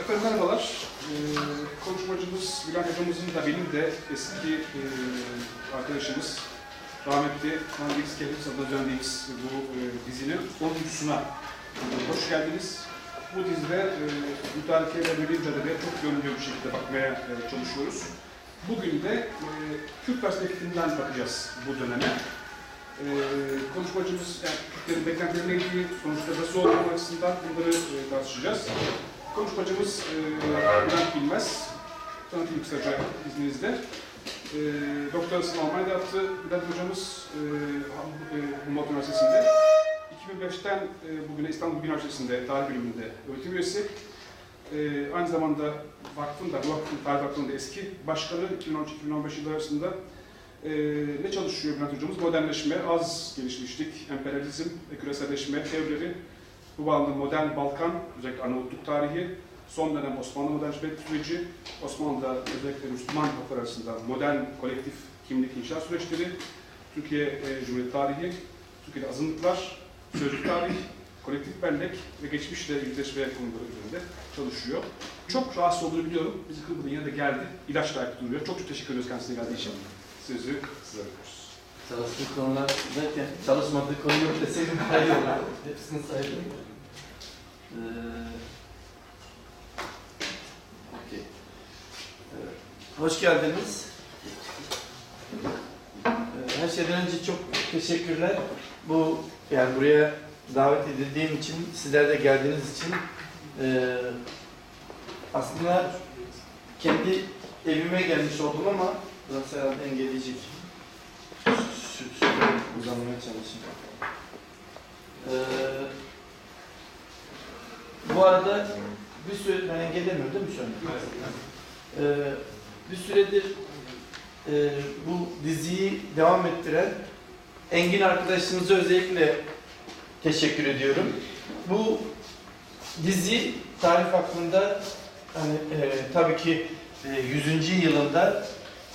Efendim merhabalar. Konuşmacımız Bülent Hocamızın da benim de eski arkadaşımız rahmetli Hangix Kelif Sadrazandix bu dizinin 10.suna hoş geldiniz. Bu dizide mütarekeye ve milli mücadeleye çok yönlü bir şekilde bakmaya çalışıyoruz. Bugün de Kürt perspektifinden bakacağız bu döneme. Konuşmacımız yani Kürtlerin beklentilerine ilgili sonuçta nasıl olmak açısından bunları tartışacağız. Konuşmacımız Bülent Bilmez. Tanıtayım kısaca izninizle. Doktorasını Almanya'da yaptı. Bülent Hocamız Humboldt Üniversitesi'nde. 2005'ten bugüne İstanbul Üniversitesi'nde tarih bölümünde öğretim üyesi. Aynı zamanda vakfın da, bu vakfın tarih vakfının eski başkanı 2013-2015 yılları arasında ne çalışıyor Bülent Hocamız? Modernleşme, az gelişmişlik, emperyalizm ve küreselleşme teorileri, bu bağlamda modern Balkan, özellikle Arnavutluk tarihi, son dönem Osmanlı modernleşme süreci, Osmanlı'da özellikle Müslüman halklar arasında modern kolektif kimlik inşa süreçleri, Türkiye Cumhuriyeti tarihi, Türkiye'de azınlıklar, sözlük tarih, kolektif bellek ve geçmişle yüzleşme konuları üzerinde çalışıyor. Çok rahatsız olduğunu biliyorum. Bizi kırmadı, yine de geldi. İlaçla ayakta duruyor. Çok teşekkür ediyoruz kendisine geldiği için. Sözü size bırakıyoruz. Çalıştığı konular derken çalışmadığı konu yok deseydim daha iyi olurdu. Hepsini saydım. Okay. Hoş geldiniz. Her şeyden önce çok teşekkürler. Yani buraya davet edildiğim için, sizler de geldiğiniz için aslında kendi evime gelmiş oldum ama burası herhalde engelleyecek. Şöyle uzanmaya çalışayım. Bu arada bir süre, ben engellemiyorum değil mi şu an? Bir süredir bu diziyi devam ettiren Engin arkadaşımıza özellikle teşekkür ediyorum. Bu dizi tarih hakkında hani, tabii ki 100. yılında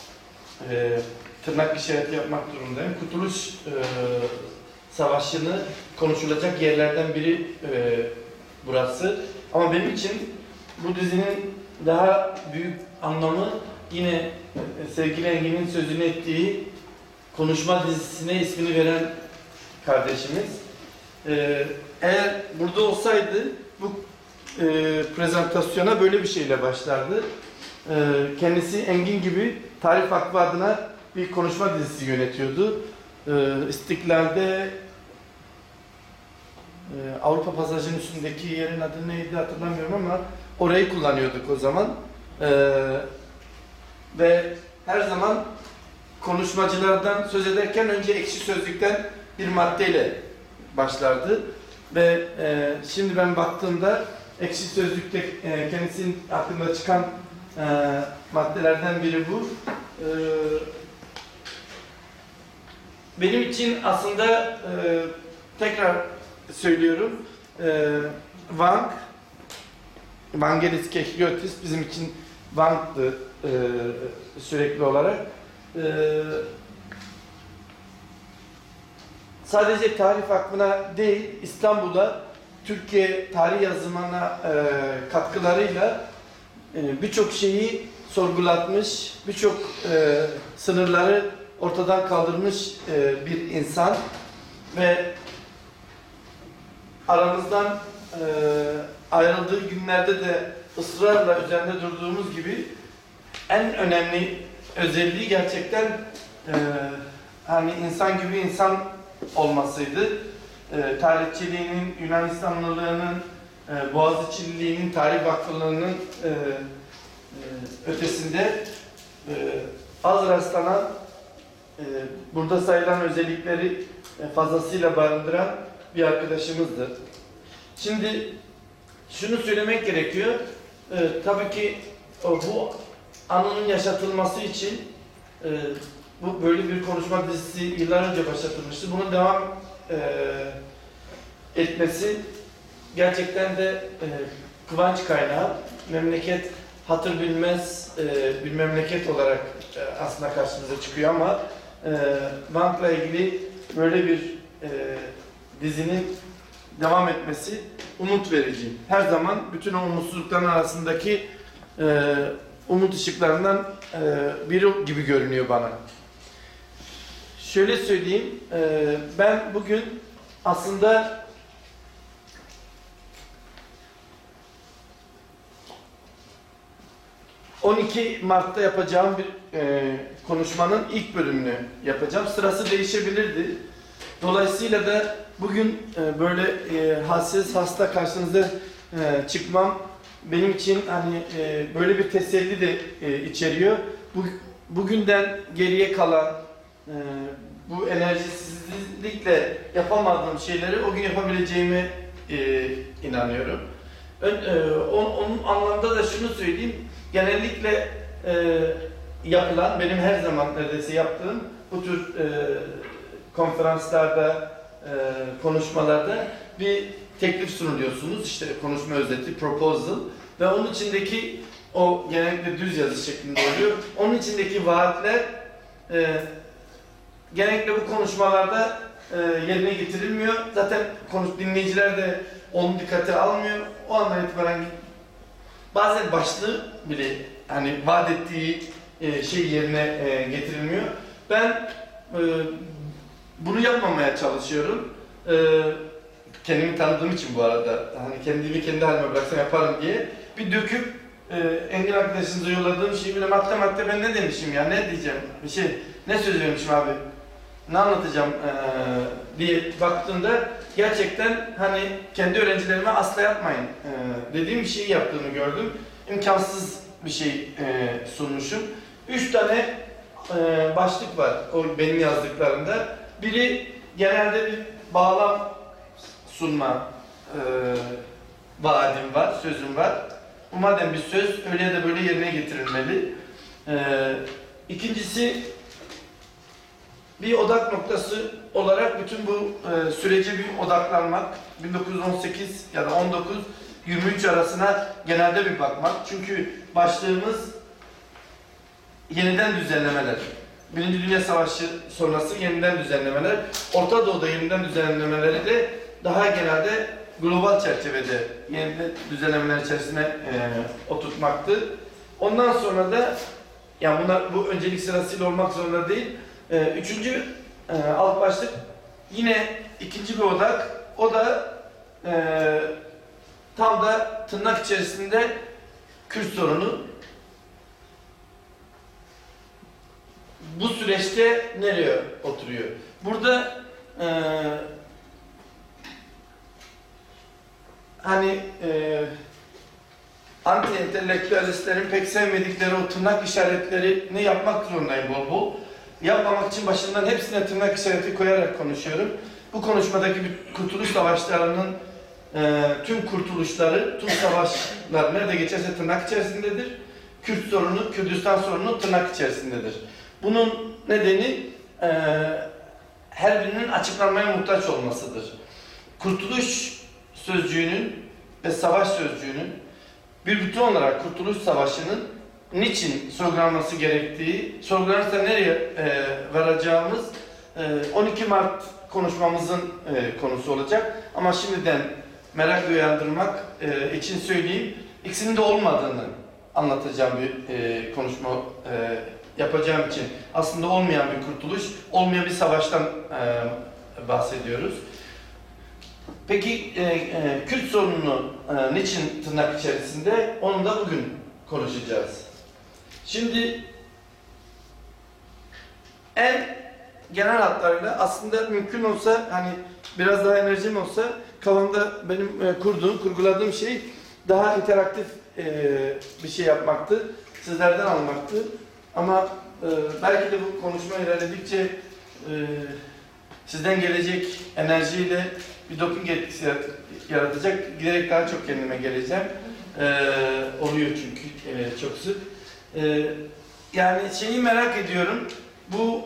tırnak işareti yapmak durumundayım. Kurtuluş Savaşı'nı konuşulacak yerlerden biri burası. Ama benim için bu dizinin daha büyük anlamı yine sevgili Engin'in sözünü ettiği konuşma dizisine ismini veren kardeşimiz. Eğer burada olsaydı bu prezentasyona böyle bir şeyle başlardı. Kendisi Engin gibi Tarih Vakfı adına bir konuşma dizisi yönetiyordu. İstiklal'de Avrupa Pasajı'nın üstündeki yerin adı neydi hatırlamıyorum ama orayı kullanıyorduk o zaman. Ve her zaman konuşmacılardan söz ederken önce Ekşi Sözlük'ten bir maddeyle başlardı. Ve şimdi ben baktığımda Ekşi Sözlük'te kendisinin hakkında çıkan maddelerden biri bu. Benim için aslında tekrar söylüyorum, Vangelis Kekiliotis bizim için Vank'tı sürekli olarak. Sadece tarih vakfına değil, İstanbul'a, Türkiye tarih yazımına katkılarıyla birçok şeyi sorgulatmış, birçok sınırları ortadan kaldırmış bir insan ve aramızdan ayrıldığı günlerde de ısrarla üzerinde durduğumuz gibi en önemli özelliği gerçekten hani insan gibi insan olmasıydı. Tarihçiliğinin, Yunanistanlılığının, Boğaziçi'liliğinin, Tarih Vakfılığının ötesinde az rastlanan, burada sayılan özellikleri fazlasıyla barındıran bir arkadaşımızdı. Şimdi şunu söylemek gerekiyor. Tabii ki bu anının yaşatılması için bu böyle bir konuşma dizisi yıllar önce başlatılmıştı. Bunun devam etmesi gerçekten de kıvanç kaynağı. Memleket hatır bilmez bir memleket olarak aslında karşımıza çıkıyor ama Vank'la ilgili böyle bir dizinin devam etmesi umut verici. Her zaman bütün o umutsuzlukların arasındaki umut ışıklarından biri gibi görünüyor bana. Şöyle söyleyeyim, ben bugün aslında ...12 Mart'ta yapacağım bir konuşmanın ilk bölümünü yapacağım. Sırası değişebilirdi. Dolayısıyla da bugün böyle halsiz hasta karşınıza çıkmam benim için hani böyle bir teselli de içeriyor. Bugünden geriye kalan bu enerjisizlikle yapamadığım şeyleri o gün yapabileceğime inanıyorum. Onun anlamda da şunu söyleyeyim. Genellikle yapılan, benim her zaman neredeyse yaptığım bu tür konferanslarda, konuşmalarda bir teklif sunuluyorsunuz. İşte konuşma özeti, proposal ve onun içindeki o genellikle düz yazı şeklinde oluyor. Onun içindeki vaatler genellikle bu konuşmalarda yerine getirilmiyor. Zaten dinleyiciler de onu dikkate almıyor. O andan itibaren bazen başlığı bile hani vaat ettiği şey yerine getirilmiyor. Ben bunu yapmamaya çalışıyorum. Kendimi tanıdığım için bu arada, hani kendimi kendi halime bıraksam yaparım diye bir döküp Engin arkadaşınıza yolladığım şeyi bile madde ben ne demişim ya, ne diyeceğim, bir şey, ne söz vermişim abi, ne anlatacağım diye baktığımda gerçekten hani kendi öğrencilerime asla yapmayın dediğim bir şeyi yaptığını gördüm. İmkansız bir şey sunmuşum. 3 tane başlık var o benim yazdıklarımda. Biri genelde bir bağlam sunma vaadim var, sözüm var. Bu madem bir söz, öyle ya da böyle yerine getirilmeli. İkincisi, bir odak noktası olarak bütün bu sürece bir odaklanmak. 1918 ya da 19-23 arasına genelde bir bakmak. Çünkü başlığımız yeniden düzenlemeler. Birinci Dünya Savaşı sonrası yeniden düzenlemeler. Orta Doğu'da yeniden düzenlemeleri de daha genelde global çerçevede yeniden düzenlemeler içerisine oturtmaktı. Ondan sonra da, yani bunlar bu öncelik sırasıyla olmak zorunda değil. Üçüncü alt başlık yine ikinci bir odak. O da tam da tırnak içerisinde Kürt sorunu. Bu süreçte nereye oturuyor? Burada hani anti-entelektüelistlerin pek sevmedikleri o tırnak işaretlerini yapmak zorundayım bol bol. Yapmamak için başından hepsine tırnak işareti koyarak konuşuyorum. Bu konuşmadaki bir kurtuluş savaşlarının tüm kurtuluşları, tüm savaşlar nerede geçerse tırnak içerisindedir. Kürt sorunu, Kürdistan sorunu tırnak içerisindedir. Bunun nedeni her birinin açıklanmaya muhtaç olmasıdır. Kurtuluş sözcüğünün ve savaş sözcüğünün bir bütün olarak Kurtuluş Savaşı'nın niçin sorgulanması gerektiği, sorgulanırsa nereye varacağımız 12 Mart konuşmamızın konusu olacak. Ama şimdiden merak uyandırmak için söyleyeyim, ikisinin de olmadığını anlatacağım bir konuşma yapacağım için. Aslında olmayan bir kurtuluş, olmayan bir savaştan bahsediyoruz. Peki Kürt sorununu niçin tırnak içerisinde? Onu da bugün konuşacağız. Şimdi en genel hatlarıyla aslında mümkün olsa, hani biraz daha enerjim olsa, kafamda benim kurguladığım şey daha interaktif bir şey yapmaktı. Sizlerden almaktı. Ama belki de bu konuşma ilerledikçe sizden gelecek enerjiyle bir doping etkisi yaratacak. Giderek daha çok kendime geleceğim. Oluyor çünkü çok sık. Yani şeyi merak ediyorum. Bu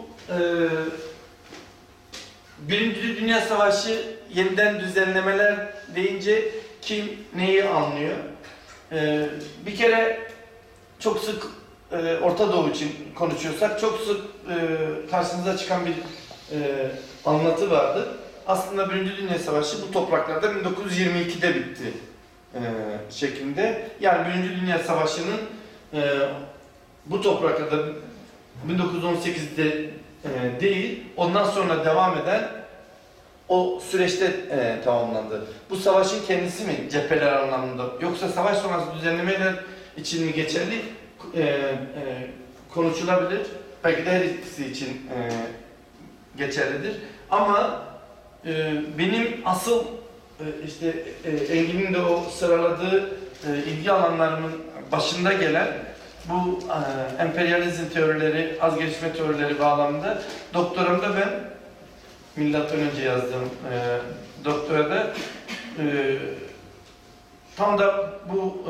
Birinci Dünya Savaşı yeniden düzenlemeler deyince kim neyi anlıyor? Bir kere çok sık Orta Doğu için konuşuyorsak çok sık karşınıza çıkan bir anlatı vardır. aslında Birinci Dünya Savaşı bu topraklarda 1922'de bitti şeklinde. Yani Birinci Dünya Savaşı'nın bu topraklarda 1918'de değil, ondan sonra devam eden o süreçte tamamlandı. Bu savaşın kendisi mi cepheler anlamında, yoksa savaş sonrası düzenlemeler için mi geçerli konuşulabilir. Belki de her ikisi için geçerlidir. Ama benim asıl işte Engin'in de o sıraladığı ilgi alanlarımın başında gelen bu emperyalizm teorileri, az gelişme teorileri bağlamında doktoramda ben milattan önce yazdığım doktorada tam da bu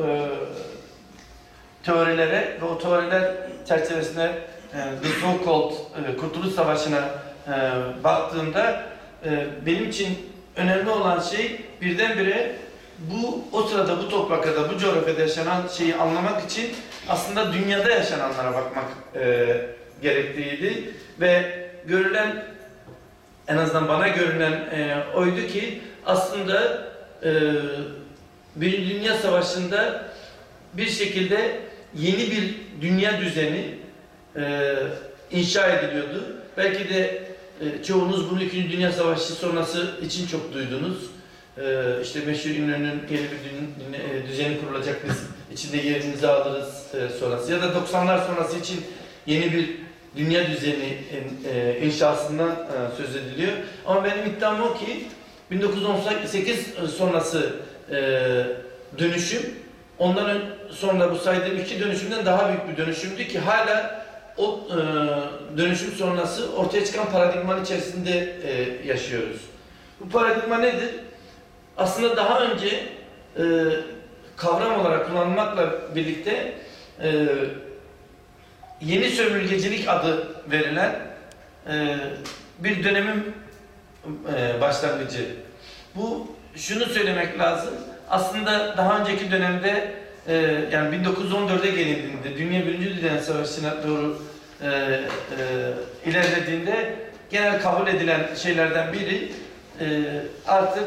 teorilere ve o teoriler çerçevesinde The So-Called Kurtuluş Savaşı'na baktığımda benim için önemli olan şey birdenbire o sırada bu topraklarda, bu coğrafyada yaşanan şeyi anlamak için aslında dünyada yaşananlara bakmak gerektiğiydi ve görülen, en azından bana görünen oydu ki aslında Birinci Dünya Savaşı'nda bir şekilde yeni bir dünya düzeni inşa ediliyordu. Belki de çoğunuz bunu İkinci Dünya Savaşı sonrası için çok duydunuz. İşte meşhur İnönü'nün yeni bir düzeni kurulacak, biz içinde yerimizi alırız sonrası. Ya da 90'lar sonrası için yeni bir dünya düzeni inşasından söz ediliyor. Ama benim iddiam o ki 1918 sonrası dönüşüm, ondan sonra bu saydığım iki dönüşümden daha büyük bir dönüşümdü ki hala o dönüşüm sonrası ortaya çıkan paradigmanın içerisinde yaşıyoruz. Bu paradigma nedir? Aslında daha önce kavram olarak kullanmakla birlikte yeni sömürgecilik adı verilen bir dönemin başlangıcı. Şunu söylemek lazım. Aslında daha önceki dönemde yani 1914'e gelindiğinde, Dünya Birinci Dünya Savaşı'na doğru ilerlediğinde genel kabul edilen şeylerden biri artık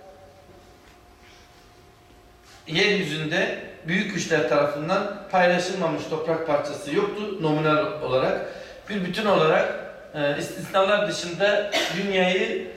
yeryüzünde büyük güçler tarafından paylaşılmamış toprak parçası yoktu nominal olarak. Bir bütün olarak istisnalar dışında dünyayı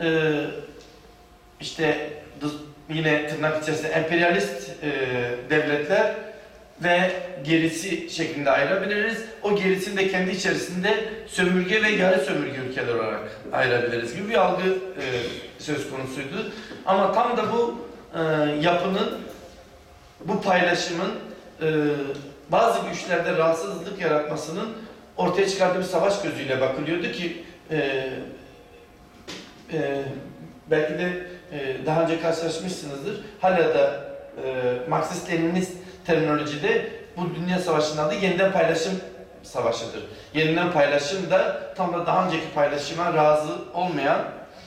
işte yine tırnak içerisinde emperyalist devletler ve gerisi şeklinde ayırabiliriz. O gerisini de kendi içerisinde sömürge ve yarı sömürge ülkeler olarak ayırabiliriz gibi bir algı söz konusuydu. Ama tam da bu yapının, bu paylaşımın bazı güçlerde rahatsızlık yaratmasının ortaya çıkardığı bir savaş gözüyle bakılıyordu ki belki de daha önce karşılaşmışsınızdır. Hala da Marksist-Leninist terminolojide bu dünya savaşının adı yeniden paylaşım savaşıdır. Yeniden paylaşım da tam da daha önceki paylaşıma razı olmayan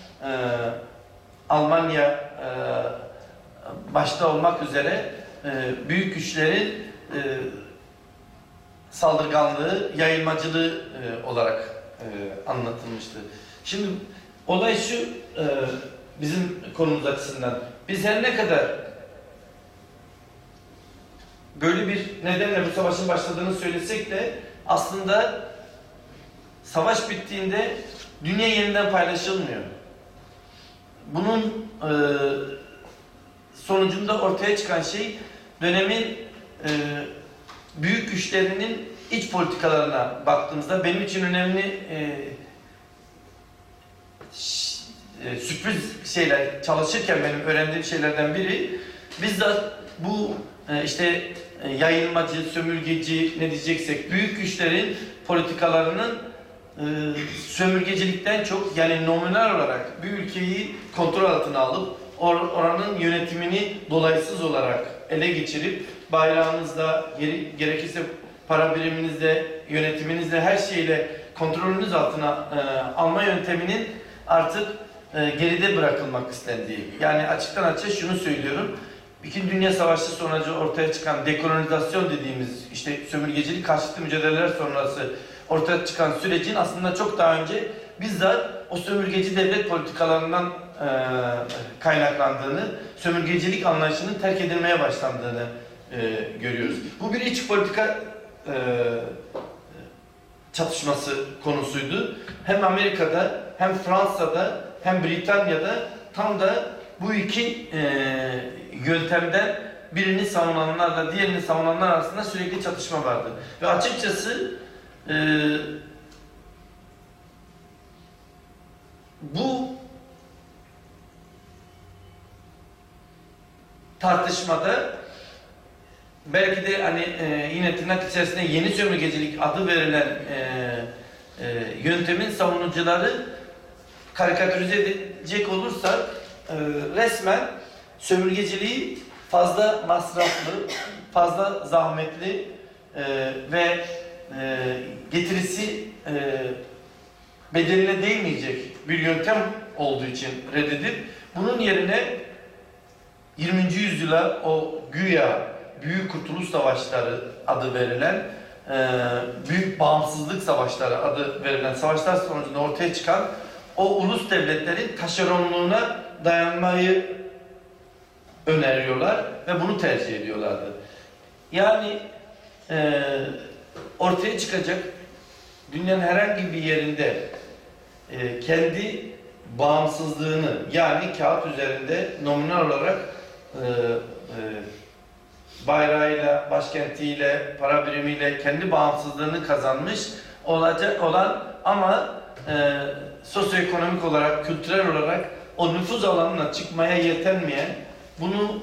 Almanya başta olmak üzere büyük güçlerin saldırganlığı, yayılmacılığı olarak anlatılmıştı. Şimdi olay şu, bizim konumuz açısından. Biz her ne kadar böyle bir nedenle bu savaşın başladığını söylesek de aslında savaş bittiğinde dünya yeniden paylaşılmıyor. Bunun sonucunda ortaya çıkan şey dönemin büyük güçlerinin iç politikalarına baktığımızda benim için önemli sürpriz şeyler çalışırken benim öğrendiğim şeylerden biri bizzat bu işte yayılmacı, sömürgeci ne diyeceksek büyük güçlerin politikalarının sömürgecilikten çok yani nominal olarak bir ülkeyi kontrol altına alıp oranın yönetimini dolaysız olarak ele geçirip bayrağınızla, gerekirse para biriminizle, yönetiminizle, her şeyle kontrolünüz altına alma yönteminin artık geride bırakılmak istendiği. Yani açıktan açığa şunu söylüyorum. İkinci Dünya Savaşı sonucu ortaya çıkan dekolonizasyon dediğimiz işte sömürgecilik karşıtı mücadeleler sonrası ortaya çıkan sürecin aslında çok daha önce bizzat o sömürgeci devlet politikalarından kaynaklandığını, sömürgecilik anlayışının terk edilmeye başlandığını görüyoruz. Bu bir iç politika çatışması konusuydu. Hem Amerika'da, hem Fransa'da, hem Britanya'da tam da bu iki yöntemden birini savunanlarla diğerini savunanlar arasında sürekli çatışma vardı. Ve açıkçası bu tartışmada belki de hani yine tırnak içerisinde yeni sömürgecilik adı verilen yöntemin savunucuları karikatürize edecek olursak resmen sömürgeciliği fazla masraflı, fazla zahmetli ve getirisi bedeline değmeyecek bir yöntem olduğu için reddedip bunun yerine 20. yüzyıla o güya Büyük Kurtuluş Savaşları adı verilen Büyük Bağımsızlık Savaşları adı verilen savaşlar sonucunda ortaya çıkan o ulus devletlerin taşeronluğuna dayanmayı öneriyorlar ve bunu tercih ediyorlardı. Yani ortaya çıkacak dünyanın herhangi bir yerinde kendi bağımsızlığını yani kağıt üzerinde nominal olarak bayrağıyla, başkentiyle, para birimiyle kendi bağımsızlığını kazanmış olan ama sosyoekonomik olarak, kültürel olarak o nüfuz alanına çıkmaya yeltenmeyen, bunu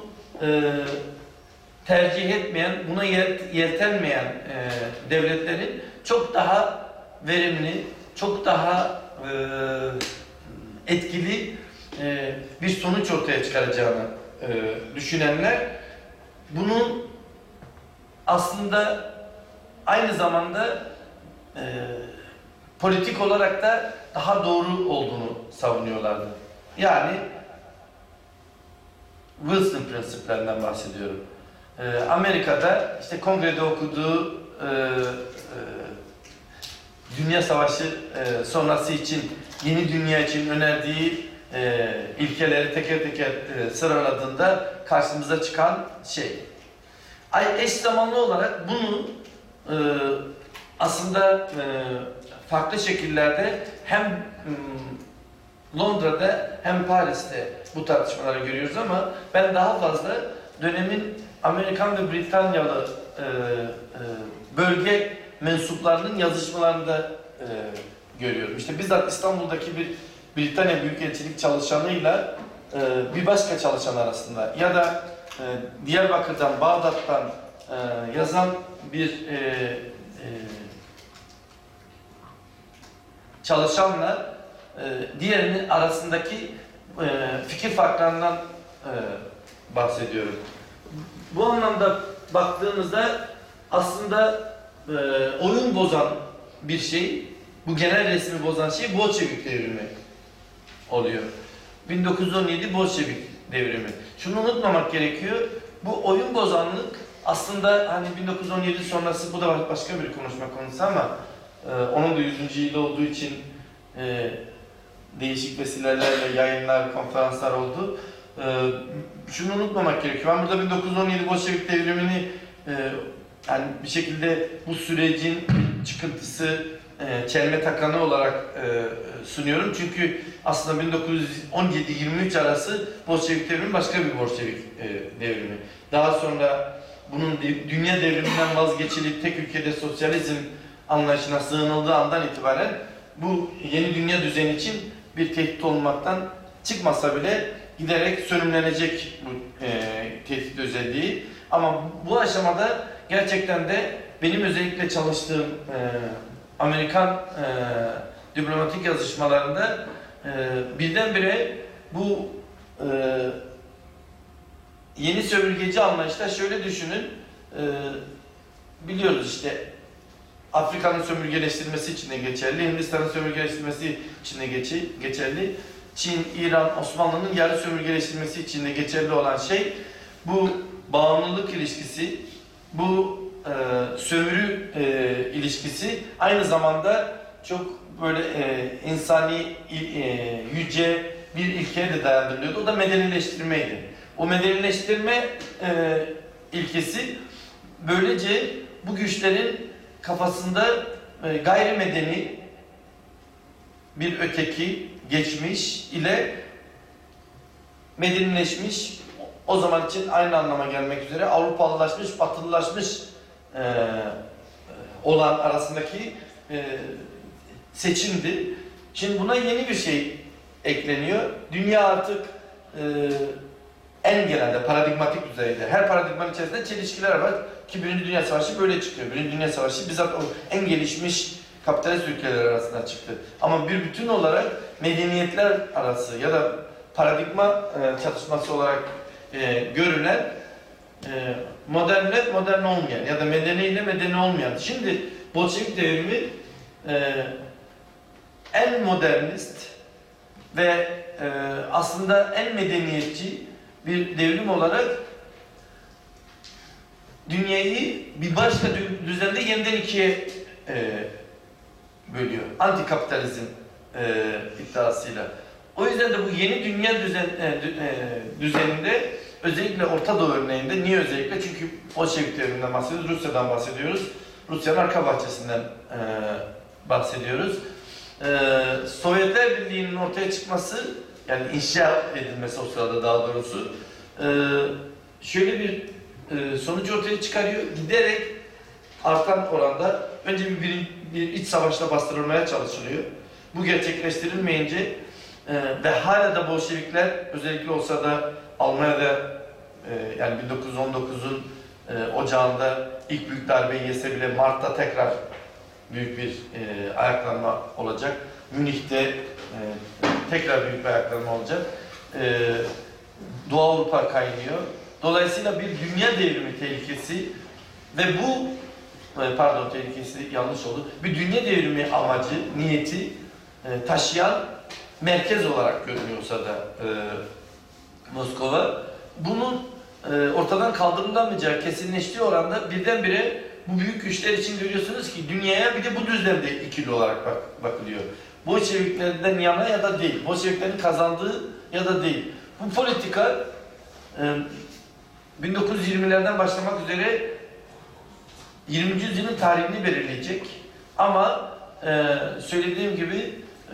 tercih etmeyen, buna yeltenmeyen devletlerin çok daha verimli, çok daha etkili bir sonuç ortaya çıkaracağını düşünenler bunun aslında aynı zamanda politik olarak da daha doğru olduğunu savunuyorlardı. Yani Wilson prensiplerinden bahsediyorum. Amerika'da işte kongrede okuduğu Dünya Savaşı sonrası için yeni dünya için önerdiği ilkeleri teker teker sıraladığında karşımıza çıkan şey. Eş zamanlı olarak bunu aslında farklı şekillerde hem Londra'da hem Paris'te bu tartışmaları görüyoruz ama ben daha fazla dönemin Amerikan ve Britanyalı bölge mensuplarının yazışmalarında görüyorum. İşte bizzat İstanbul'daki bir Britanya Büyükelçilik çalışanıyla bir başka çalışan arasında ya da Diyarbakır'dan, Bağdat'tan yazan bir çalışanla diğerinin arasındaki fikir farklarından bahsediyorum. Bu anlamda baktığımızda aslında oyun bozan bir şey, bu genel resmi bozan şey Bolşevik devrimi oluyor. 1917 Bolşevik devrimi. Şunu unutmamak gerekiyor, bu oyun bozanlık aslında hani 1917 sonrası, bu da başka bir konuşma konusu ama onun da 100. yılı olduğu için değişik vesilelerle yayınlar, konferanslar oldu. Şunu unutmamak gerekiyor. Ben burada 1917 Bolşevik devrimini yani bir şekilde bu sürecin çıkıntısı, çelme takanı olarak sunuyorum. Çünkü aslında 1917-23 arası Bolşevik devrimi başka bir Bolşevik devrimi. Daha sonra bunun dünya devriminden vazgeçilip tek ülkede sosyalizm anlayışına sığınıldığı andan itibaren bu yeni dünya düzeni için bir tehdit olmaktan çıkmasa bile giderek sönümlenecek bu tehdit özelliği. Ama bu aşamada gerçekten de benim özellikle çalıştığım Amerikan diplomatik yazışmalarında birdenbire bu yeni sömürgeci anlayışta şöyle düşünün, biliyoruz işte Afrika'nın sömürgeleştirilmesi için de geçerli, Hindistan'ın sömürgeleştirilmesi için de geçerli, Çin, İran, Osmanlı'nın yarı sömürgeleştirilmesi için de geçerli olan şey bu bağımlılık ilişkisi, bu sömürü ilişkisi aynı zamanda çok böyle insani, yüce bir ilkeye de dayandırılıyordu. O da medenileştirmeydi. O medenileştirme ilkesi böylece bu güçlerin kafasında gayrimedeni bir öteki, geçmiş ile medenileşmiş, o zaman için aynı anlama gelmek üzere Avrupalılaşmış, Batılılaşmış olan arasındaki seçimdi. Şimdi buna yeni bir şey ekleniyor. Dünya artık en genelde paradigmatik düzeyde, her paradigmanın içerisinde çelişkiler var ki Birinci Dünya Savaşı böyle çıkıyor. Birinci Dünya Savaşı bizzat o en gelişmiş kapitalist ülkeler arasında çıktı. Ama bir bütün olarak medeniyetler arası ya da paradigma çatışması olarak görülen modernle modern olmayan ya da medeniyle medeni olmayan. Şimdi Bolşevik devrimi en modernist ve aslında en medeniyetçi bir devrim olarak dünyayı bir başka düzende yeniden ikiye bölüyor. Antikapitalizm iddiasıyla. O yüzden de bu yeni dünya düzeninde özellikle Orta Doğu örneğinde, niye özellikle? Çünkü Bolşevik devriminden bahsediyoruz, Rusya'dan bahsediyoruz. Rusya'nın arka bahçesinden bahsediyoruz. Sovyetler Birliği'nin ortaya çıkması, yani inşa edilmesi o sırada daha doğrusu, şöyle bir sonuç ortaya çıkarıyor. Giderek artan oranda önce bir iç savaşla bastırılmaya çalışılıyor. Bu gerçekleştirilmeyince ve hala da Bolşevikler özellikle olsa da Almanya'da yani 1919'un ocağında ilk büyük darbeyi yese bile Mart'ta tekrar büyük bir ayaklanma olacak. Münih'te tekrar büyük bir ayaklanma olacak. Doğu Avrupa kaynıyor. Dolayısıyla bir dünya devrimi tehlikesi ve bu tehlikesi yanlış oldu. Bir dünya devrimi amacı, niyeti taşıyan merkez olarak görünüyorsa da Moskova, bunun ortadan kaldırılamayacağı kesinleştiği oranda birdenbire bu büyük güçler için görüyorsunuz ki dünyaya bir de bu düzlemde ikili olarak bakılıyor. Bolşeviklerden yana ya da değil. Bolşeviklerin kazandığı ya da değil. Bu politika 1920'lerden başlamak üzere 20. yüzyılın tarihini belirleyecek. Ama söylediğim gibi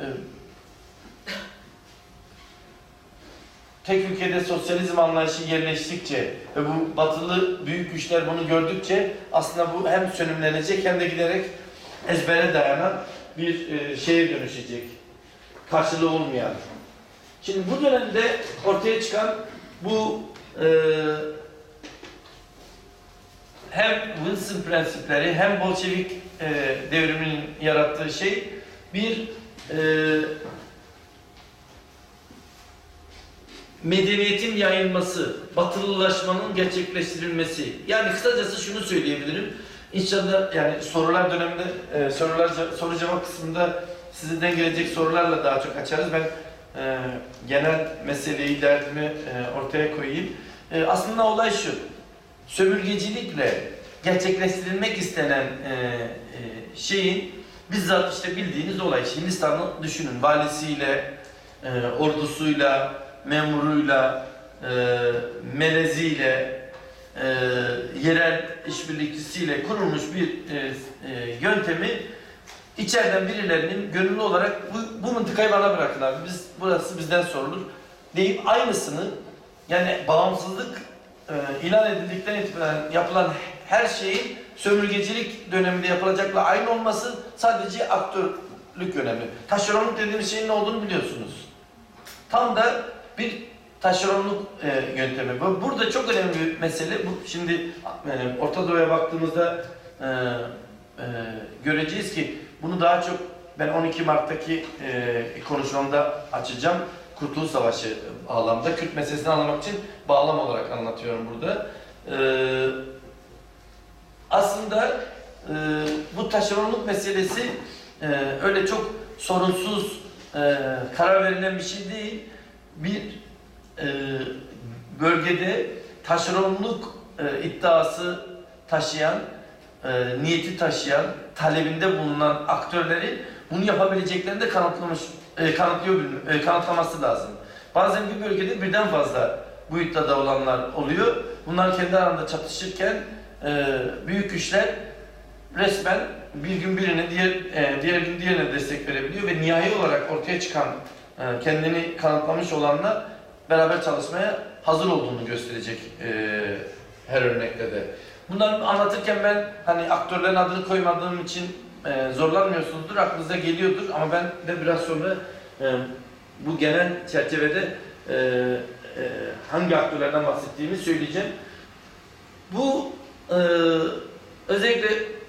tek ülkede sosyalizm anlayışı yerleştikçe ve bu batılı büyük güçler bunu gördükçe aslında bu hem sönümlenecek hem de giderek ezbere dayanan bir şeye dönüşecek. Karşılığı olmayan. Şimdi bu dönemde ortaya çıkan bu hem Wilson prensipleri hem Bolşevik devriminin yarattığı şey bir medeniyetin yayılması, batılılaşmanın gerçekleştirilmesi. Yani kısacası şunu söyleyebilirim. İnşallah yani sorular döneminde, soru cevap kısmında sizden gelecek sorularla daha çok açarız. Ben genel meseleyi, derdimi ortaya koyayım. Aslında olay şu. Sömürgecilikle gerçekleştirilmek istenen şeyin bizzat işte bildiğiniz olay. Hindistan'ı düşünün. Valisiyle, ordusuyla, memuruyla, meleziyle, yerel işbirlikçisiyle kurulmuş bir yöntemi içeriden birilerinin gönüllü olarak bu mıntıkayı bana bırakın abi, burası bizden sorulur deyip aynısını, yani bağımsızlık ilan edildikten itibaren yapılan her şeyin sömürgecilik döneminde yapılacakla aynı olması sadece aktörlük önemli. Taşeronluk dediğimiz şeyin ne olduğunu biliyorsunuz. Tam da bir taşeronluk yöntemi. Burada çok önemli bir mesele. Şimdi Orta Doğu'ya baktığımızda göreceğiz ki bunu daha çok ben 12 Mart'taki konuşmamda açacağım. Kurtuluş Savaşı bağlamda. Kürt meselesini anlamak için bağlam olarak anlatıyorum burada. Aslında bu taşeronluk meselesi öyle çok sorunsuz karar verilen bir şey değil. Bir bölgede taşeronluk iddiası taşıyan, niyeti taşıyan, talebinde bulunan aktörlerin bunu yapabileceklerini de kanıtlaması lazım. Bazen bir bölgede birden fazla bu iddiada olanlar oluyor. Bunlar kendi arasında çatışırken büyük güçler resmen bir gün birine, diğer gün diğerine destek verebiliyor ve nihai olarak ortaya çıkan, kendini kanıtlamış olanlar beraber çalışmaya hazır olduğunu gösterecek her örnekte de. Bunları anlatırken ben hani aktörlerin adını koymadığım için zorlanmıyorsunuzdur, aklınıza geliyordur ama ben de biraz sonra bu genel çerçevede hangi aktörlerden bahsettiğimi söyleyeceğim. Bu özellikle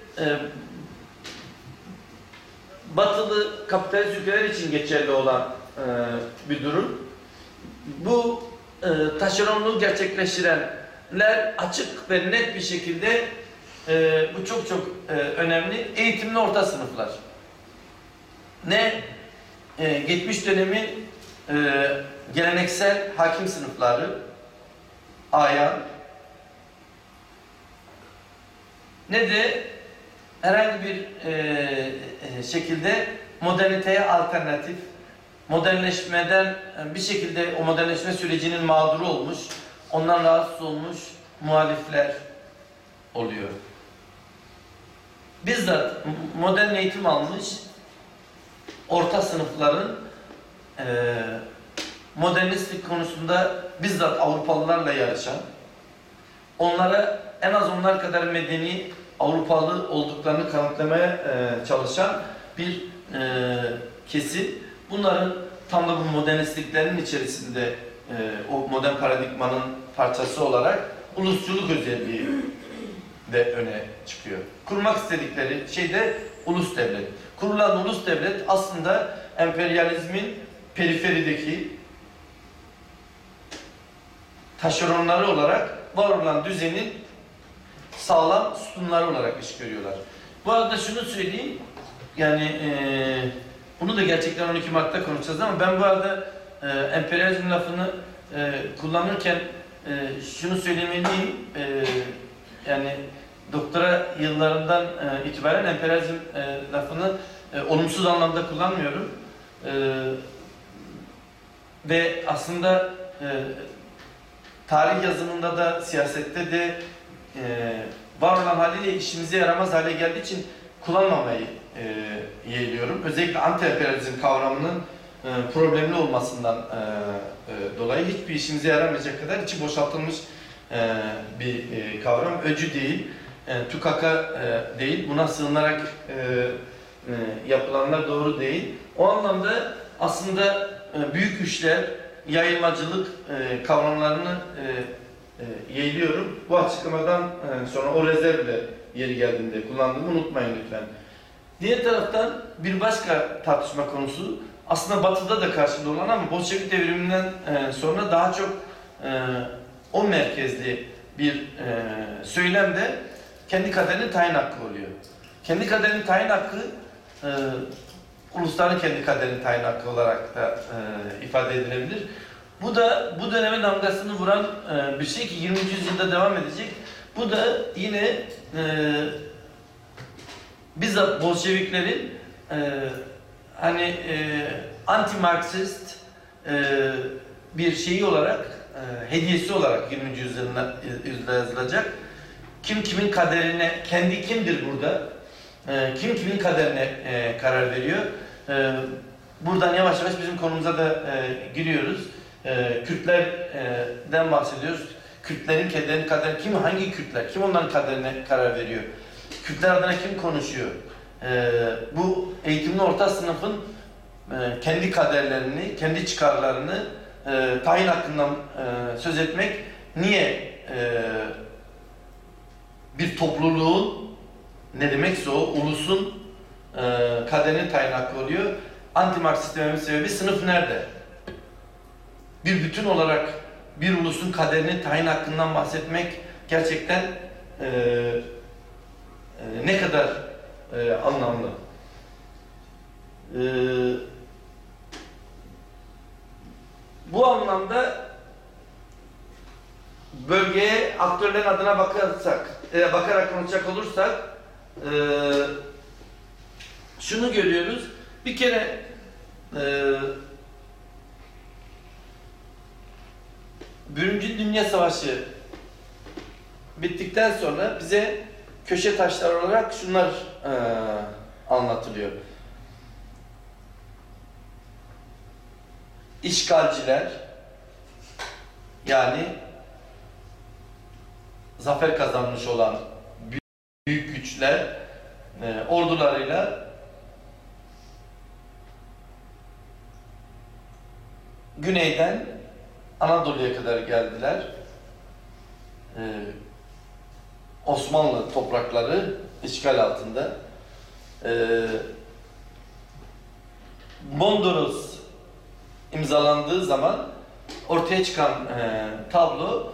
batılı kapitalist ülkeler için geçerli olan bir durum. Bu taşeronluğu gerçekleştirenler açık ve net bir şekilde bu çok önemli eğitimli orta sınıflar. Ne geçmiş dönemin geleneksel hakim sınıfları, ayan, ne de herhangi bir şekilde moderniteye alternatif, modernleşmeden bir şekilde o modernleşme sürecinin mağduru olmuş, ondan rahatsız olmuş muhalifler oluyor. Bizzat modern eğitim almış orta sınıfların modernistlik konusunda bizzat Avrupalılarla yarışan, onlara en az onlar kadar medeni Avrupalı olduklarını kanıtlamaya çalışan bir kesim. Bunların tam da bu modernistliklerin içerisinde o modern paradigmanın parçası olarak ulusçuluk özelliği de öne çıkıyor. Kurmak istedikleri şey de ulus devlet. Kurulan ulus devlet aslında emperyalizmin periferideki taşeronları olarak var olan düzenin sağlam sütunları olarak iş görüyorlar. Bu arada şunu söyleyeyim, yani bunu da gerçekten 12 Mart'ta konuşacağız ama ben bu arada emperyalizm lafını kullanırken şunu söylemeliyim, yani doktora yıllarından itibaren emperyalizm lafını olumsuz anlamda kullanmıyorum. Ve aslında tarih yazımında da siyasette de var olan haliyle işimize yaramaz hale geldiği için kullanmamayı yeğliyorum. Özellikle anti-emperyalizm kavramının problemli olmasından dolayı hiçbir işimize yaramayacak kadar içi boşaltılmış bir kavram. Öcü değil, tukaka değil, buna sığınarak yapılanlar doğru değil. O anlamda aslında büyük güçler, yayılmacılık kavramlarını yeğliyorum. Bu açıklamadan sonra o rezervle yeri geldiğinde kullandığımı unutmayın lütfen. Diğer taraftan bir başka tartışma konusu aslında Batı'da da karşılığı olan ama Bolşevik devriminden sonra daha çok o merkezli bir söylemde kendi kaderinin tayin hakkı oluyor. Kendi kaderinin tayin hakkı ulusların kendi kaderinin tayin hakkı olarak da ifade edilebilir. Bu da bu dönemin damgasını vuran bir şey ki 20. yüzyılda devam edecek. Bu da yine bizzat Bolşeviklerin hani anti-Marksist bir şeyi olarak, hediyesi olarak 20. yüzyılda yazılacak. Kim kimin kaderine, kendi kimdir burada? Kim kimin kaderine karar veriyor? Buradan yavaş yavaş bizim konumuza da giriyoruz. Kürtlerden bahsediyoruz. Kürtlerin kaderine, kim hangi Kürtler? Kim onların kaderine karar veriyor? Kürtler adına kim konuşuyor? Bu eğitimli orta sınıfın kendi kaderlerini, kendi çıkarlarını tayin hakkından söz etmek niye bir topluluğun ne demekse o ulusun kaderinin tayin hakkı oluyor? Anti-Marksist dememin sebebi sınıf nerede? Bir bütün olarak bir ulusun kaderinin tayin hakkından bahsetmek gerçekten ne kadar anlamlı. Bu anlamda bölgeye aktörlerin adına bakarak konuşacak olursak şunu görüyoruz. Bir kere Birinci Dünya Savaşı bittikten sonra bize köşe taşları olarak şunlar anlatılıyor. İşgalciler, yani zafer kazanmış olan büyük güçler ordularıyla güneyden Anadolu'ya kadar geldiler. Osmanlı toprakları işgal altında. Mondros imzalandığı zaman ortaya çıkan tablo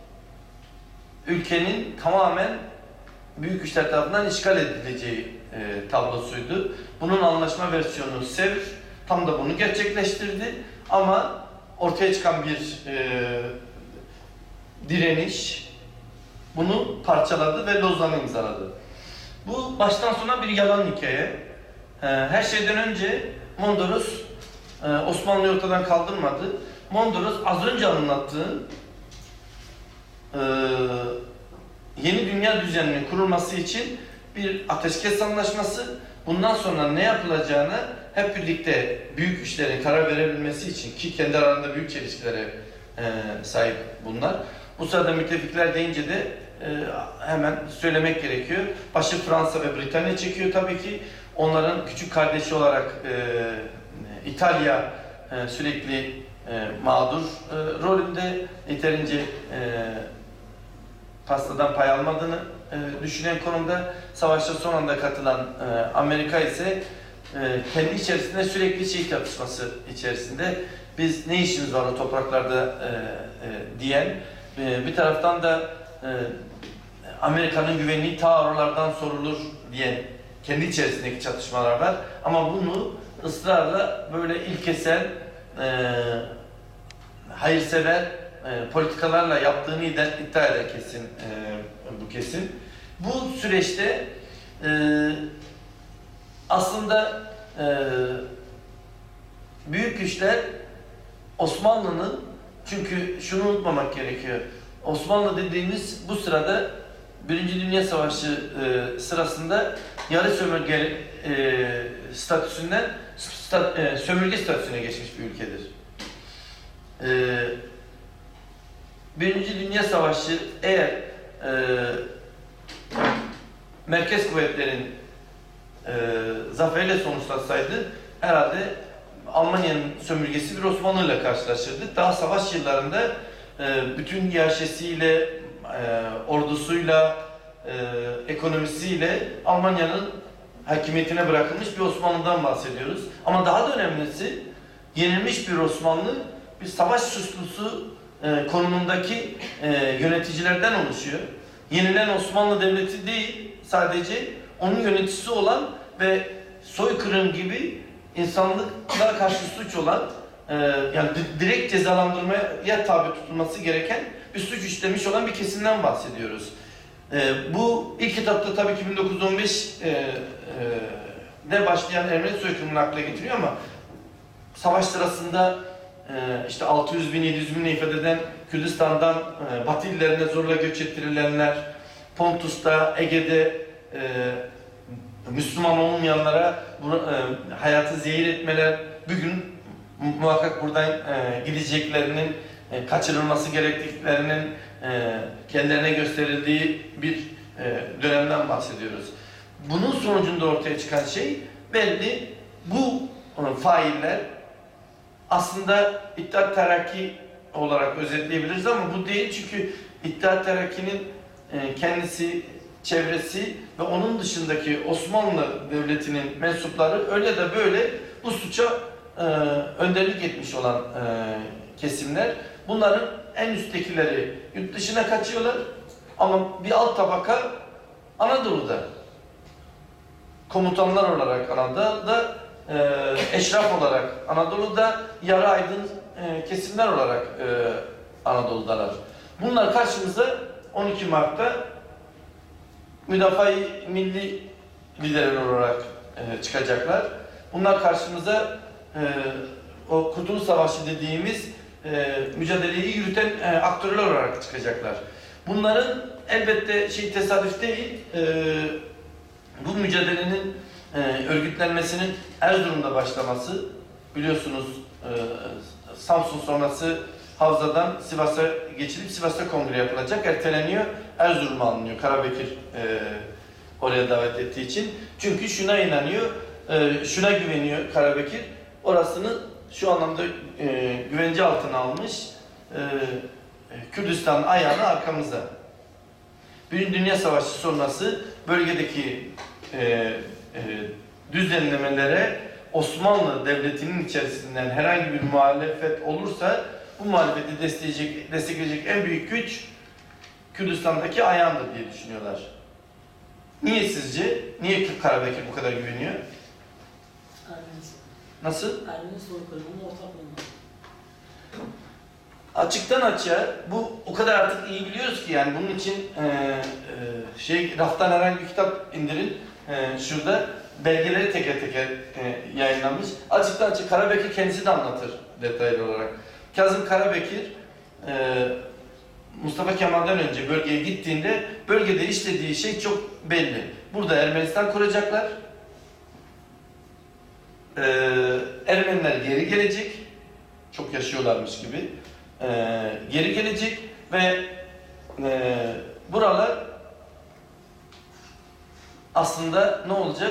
ülkenin tamamen büyük güçler tarafından işgal edileceği tablosuydu. Bunun anlaşma versiyonu Sevr tam da bunu gerçekleştirdi ama ortaya çıkan bir direniş bunu parçaladı ve Lozan'ı imzaladı. Bu baştan sona bir yalan hikaye. Her şeyden önce Mondros Osmanlı'yı ortadan kaldırmadı. Mondros az önce anlattığım yeni dünya düzeninin kurulması için bir ateşkes anlaşması, bundan sonra ne yapılacağını hep birlikte büyük güçlerin karar verebilmesi için, ki kendi aralarında büyük çelişkilere sahip bunlar. Bu sırada müttefikler deyince de hemen söylemek gerekiyor. Başı Fransa ve Britanya çekiyor tabii ki. Onların küçük kardeşi olarak İtalya sürekli mağdur rolünde, yeterince pastadan pay almadığını düşünen konumda. Savaşta son anda katılan Amerika ise kendi içerisinde sürekli şey tartışması içerisinde. Biz ne işimiz var o topraklarda diyen, bir taraftan da Amerika'nın güvenliği ta oralardan sorulur diyen kendi içerisindeki çatışmalar var. Ama bunu ısrarla böyle ilkesel, hayırsever politikalarla yaptığını iddia eder kesin bu kesim. Bu süreçte aslında büyük güçler Osmanlı'nın, çünkü şunu unutmamak gerekiyor. Osmanlı dediğimiz bu sırada Birinci Dünya Savaşı sırasında yarı sömürge statüsünden sömürge statüsüne geçmiş bir ülkedir. Birinci Dünya Savaşı eğer merkez kuvvetlerin zaferiyle sonuçlansaydı herhalde Almanya'nın sömürgesi bir Osmanlı ile karşılaşırdık. Daha savaş yıllarında bütün hiyerarşisiyle, ordusuyla, ekonomisiyle Almanya'nın hakimiyetine bırakılmış bir Osmanlı'dan bahsediyoruz. Ama daha da önemlisi, yenilmiş bir Osmanlı, bir savaş suçlusu konumundaki yöneticilerden oluşuyor. Yenilen Osmanlı Devleti değil, sadece onun yöneticisi olan ve soykırım gibi insanlıkla karşı suç olan, yani direkt cezalandırmaya tabi tutulması gereken bir suç işlemiş olan bir kesimden bahsediyoruz. Bu ilk kitapta tabii ki 1915'de başlayan Ermeni soykırımını akla getiriyor ama savaş sırasında işte 600 bin, 700 bin ifade eden Kürdistan'dan Batı illerine zorla göç ettirilenler, Pontus'ta, Ege'de Müslüman olmayanlara hayatı zehir etmeler, bugün muhakkak buradan gideceklerinin, kaçırılması gerektiklerinin kendilerine gösterildiği bir dönemden bahsediyoruz. Bunun sonucunda ortaya çıkan şey belli. Bu failler aslında İttihat Terakki olarak özetleyebiliriz ama bu değil, çünkü İttihat Terakki'nin kendisi, çevresi ve onun dışındaki Osmanlı Devleti'nin mensupları öyle de böyle bu suça önderlik etmiş olan kesimler. Bunların en üsttekileri yurt dışına kaçıyorlar ama bir alt tabaka Anadolu'da. Komutanlar olarak Anadolu'da, eşraf olarak Anadolu'da, yarı aydın kesimler olarak Anadolu'dalar. Bunlar karşımıza 12 Mart'ta Müdafaa-i Milli liderler olarak çıkacaklar. Bunlar karşımıza o Kurtuluş Savaşı dediğimiz mücadeleyi yürüten aktörler olarak çıkacaklar. Bunların elbette tesadüf değil, bu mücadelenin örgütlenmesinin Erzurum'da başlaması, biliyorsunuz Samsun sonrası Havza'dan Sivas'a geçilip Sivas'ta kongre yapılacak, erteleniyor, Erzurum'a alınıyor. Karabekir oraya davet ettiği için. Çünkü şuna inanıyor, şuna güveniyor Karabekir, orasını şu anlamda güvence altına almış, Kürdistan ayağını arkamıza. Birinci Dünya Savaşı sonrası bölgedeki düzenlemelere Osmanlı Devleti'nin içerisinden herhangi bir muhalefet olursa bu muhalefeti destekleyecek en büyük güç Kürdistan'daki ayağındır diye düşünüyorlar. Niye sizce? Niye Karabekir bu kadar güveniyor? Nasıl? Ermeni soykırımının ortaklığında. Açıktan açığa bu o kadar artık iyi biliyoruz ki yani bunun için raftan herhangi bir kitap indirin, şurada belgeleri teker teker yayınlanmış. Açıktan açık Karabekir kendisi de anlatır detaylı olarak. Kazım Karabekir Mustafa Kemal'den önce bölgeye gittiğinde bölgede işlediği şey çok belli. Burada Ermenistan kuracaklar. Ermeniler geri gelecek. Çok yaşıyorlarmış gibi. Geri gelecek ve buralar aslında ne olacak?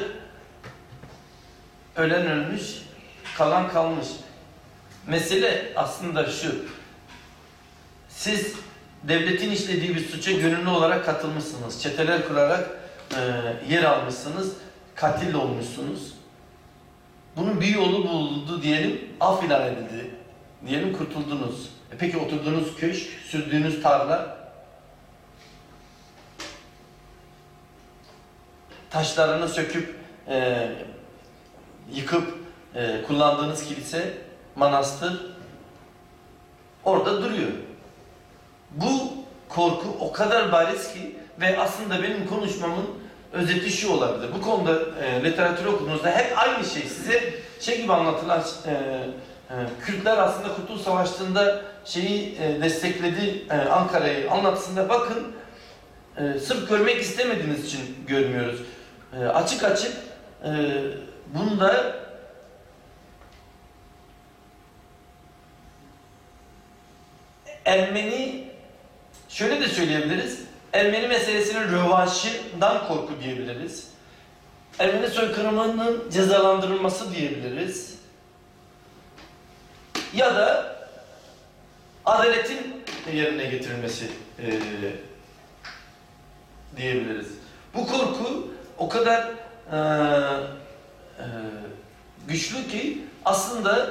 Ölen ölmüş, kalan kalmış. Mesele aslında şu. Siz devletin işlediği bir suça gönüllü olarak katılmışsınız. Çeteler kurarak yer almışsınız. Katil olmuşsunuz. Bunun bir yolu bulundu diyelim, af ilan edildi. Diyelim kurtuldunuz. Peki oturduğunuz köşk, sürdüğünüz tarla, taşlarını söküp, yıkıp kullandığınız kilise, manastır orada duruyor. Bu korku o kadar bariz ki ve aslında benim konuşmamın özeti şu olabilir. Bu konuda literatürü okuduğunuzda hep aynı şey. Size gibi anlatılan Kürtler aslında Kurtuluş Savaşı'nda destekledi, Ankara'yı anlatısında bakın sırf görmek istemediğiniz için görmüyoruz. Açık açık bunda Ermeni, şöyle de söyleyebiliriz, Ermeni meselesinin rövanşından korku diyebiliriz. Ermeni soykırımının cezalandırılması diyebiliriz. Ya da adaletin yerine getirilmesi diyebiliriz. Bu korku o kadar güçlü ki aslında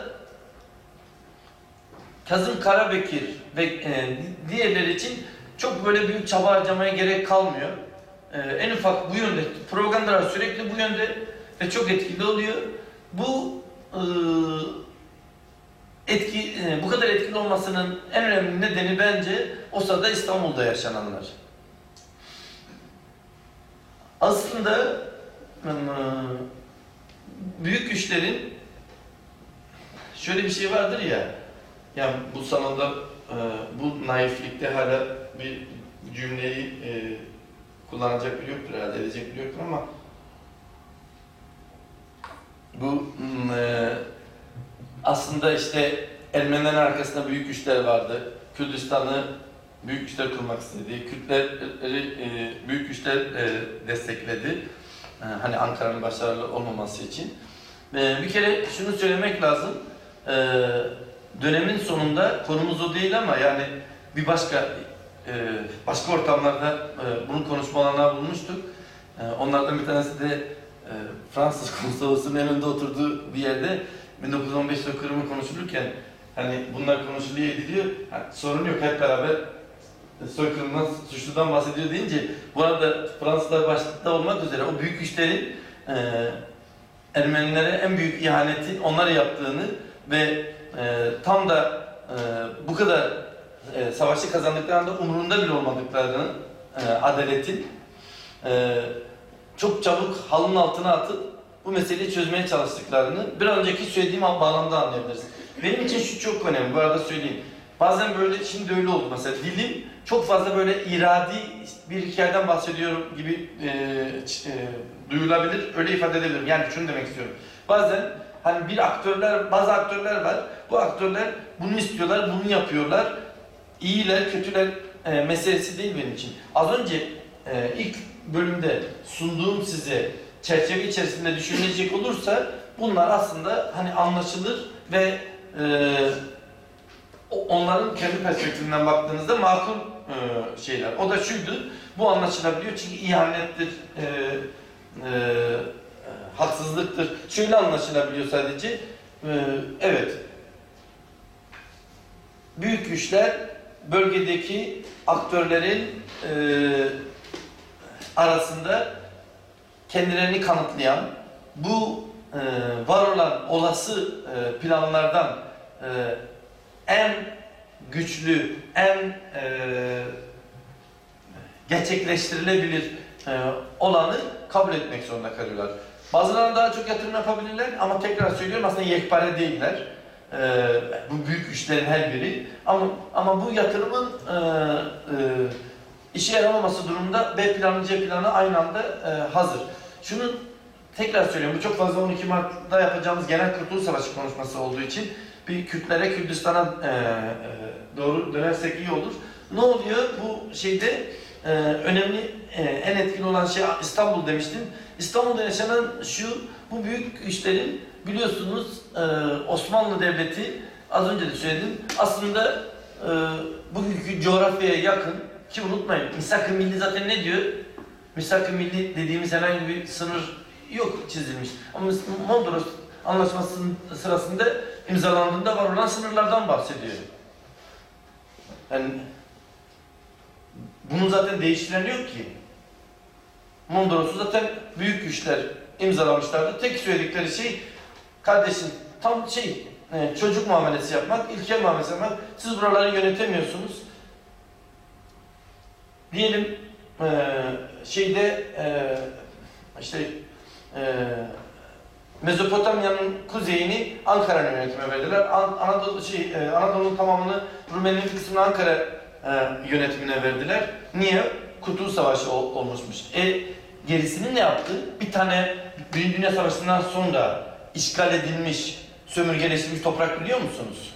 Kazım Karabekir ve diğerleri için çok böyle büyük çaba harcamaya gerek kalmıyor. En ufak bu yönde, propagandalar sürekli bu yönde ve çok etkili oluyor. Bu bu kadar etkili olmasının en önemli nedeni bence o sırada İstanbul'da yaşananlar. Aslında büyük güçlerin şöyle bir şey vardır ya, yani bu salonda bu naiflikte hala bir cümleyi kullanacak biri yoktur herhalde, edecek biri yoktur ama bu aslında işte Ermenilerin arkasında büyük güçler vardı. Kürdistan'ı büyük güçler kurmak istedi. Kürtleri büyük güçler destekledi. Hani Ankara'nın başarılı olmaması için. Bir kere şunu söylemek lazım. Dönemin sonunda konumuz o değil ama yani bir başka ortamlarda bunun konuşmalarına bulmuştuk. Onlardan bir tanesi de Fransız konsolosunun önünde oturduğu bir yerde 1915 soykırımı konuşulurken hani bunlar konuşuluyor ediliyor. Sorun yok, hep beraber soykırımdan, suçludan bahsediyor deyince bu arada Fransızlar başta olmak üzere o büyük güçlerin Ermenilere en büyük ihaneti onlar yaptığını ve tam da bu kadar savaşı kazandıklarında umurunda bile olmadıklarını, adaletin çok çabuk halının altına atıp bu meseleyi çözmeye çalıştıklarını bir önceki söylediğim bağlamda anlayabiliriz. Benim için şu çok önemli, bu arada söyleyeyim. Bazen böyle, şimdi öyle oldu mesela, dilim çok fazla böyle iradi bir hikayeden bahsediyorum gibi duyulabilir, öyle ifade edebilirim. Yani şunu demek istiyorum. Bazen hani bazı aktörler var, bu aktörler bunu istiyorlar, bunu yapıyorlar. İyiler, kötüler meselesi değil benim için. Az önce ilk bölümde sunduğum size çerçeve içerisinde düşünülecek olursa bunlar aslında hani anlaşılır ve onların kendi perspektifinden baktığınızda makul şeyler. O da şuydu, bu anlaşılabiliyor çünkü ihanettir, haksızlıktır. Şöyle anlaşılabiliyor sadece, evet, büyük güçler bölgedeki aktörlerin arasında kendilerini kanıtlayan, bu var olan olası planlardan en güçlü, en gerçekleştirilebilir olanı kabul etmek zorunda kalıyorlar. Bazılarına daha çok yatırım yapabilirler ama tekrar söylüyorum aslında yekpare değiller. Bu büyük güçlerin her biri. Ama bu yatırımın işe yaramaması durumunda B planı, C planı aynı anda hazır. Şunu tekrar söylüyorum, bu çok fazla 12 Mart'ta yapacağımız Genel Kurtuluş Savaşı konuşması olduğu için bir Kürtlere, Kürdistan'a doğru dönersek iyi olur. Ne oluyor bu şeyde? Önemli, en etkili olan şey İstanbul demiştim. İstanbul'da yaşanan bu büyük güçlerin biliyorsunuz Osmanlı Devleti, az önce de söyledim, aslında bugünkü coğrafyaya yakın, ki unutmayın, Misak-ı Milli zaten ne diyor? Misak-ı Milli dediğimiz herhangi bir sınır yok çizilmiş. Ama Mondros Anlaşması'nın sırasında imzalandığında var olan sınırlardan bahsediyor. Yani bunun zaten değiştiren yok ki. Mondros'u zaten büyük güçler imzalamışlardı. Tek söyledikleri şey, kardeşim tam çocuk muamelesi yapmak, ilkel muamelesi yapmak. Siz buraları yönetemiyorsunuz. Diyelim Mezopotamya'nın kuzeyini Ankara'nın yönetime verdiler. Anadolu'nun tamamını, Rumeli'nin bir kısmını Ankara yönetimine verdiler. Niye? Kurtuluş Savaşı olmuşmuş. Gerisini ne yaptı? Bir tane Birinci Dünya Savaşı'ndan sonra işgal edilmiş, sömürgeleştirilmiş toprak biliyor musunuz?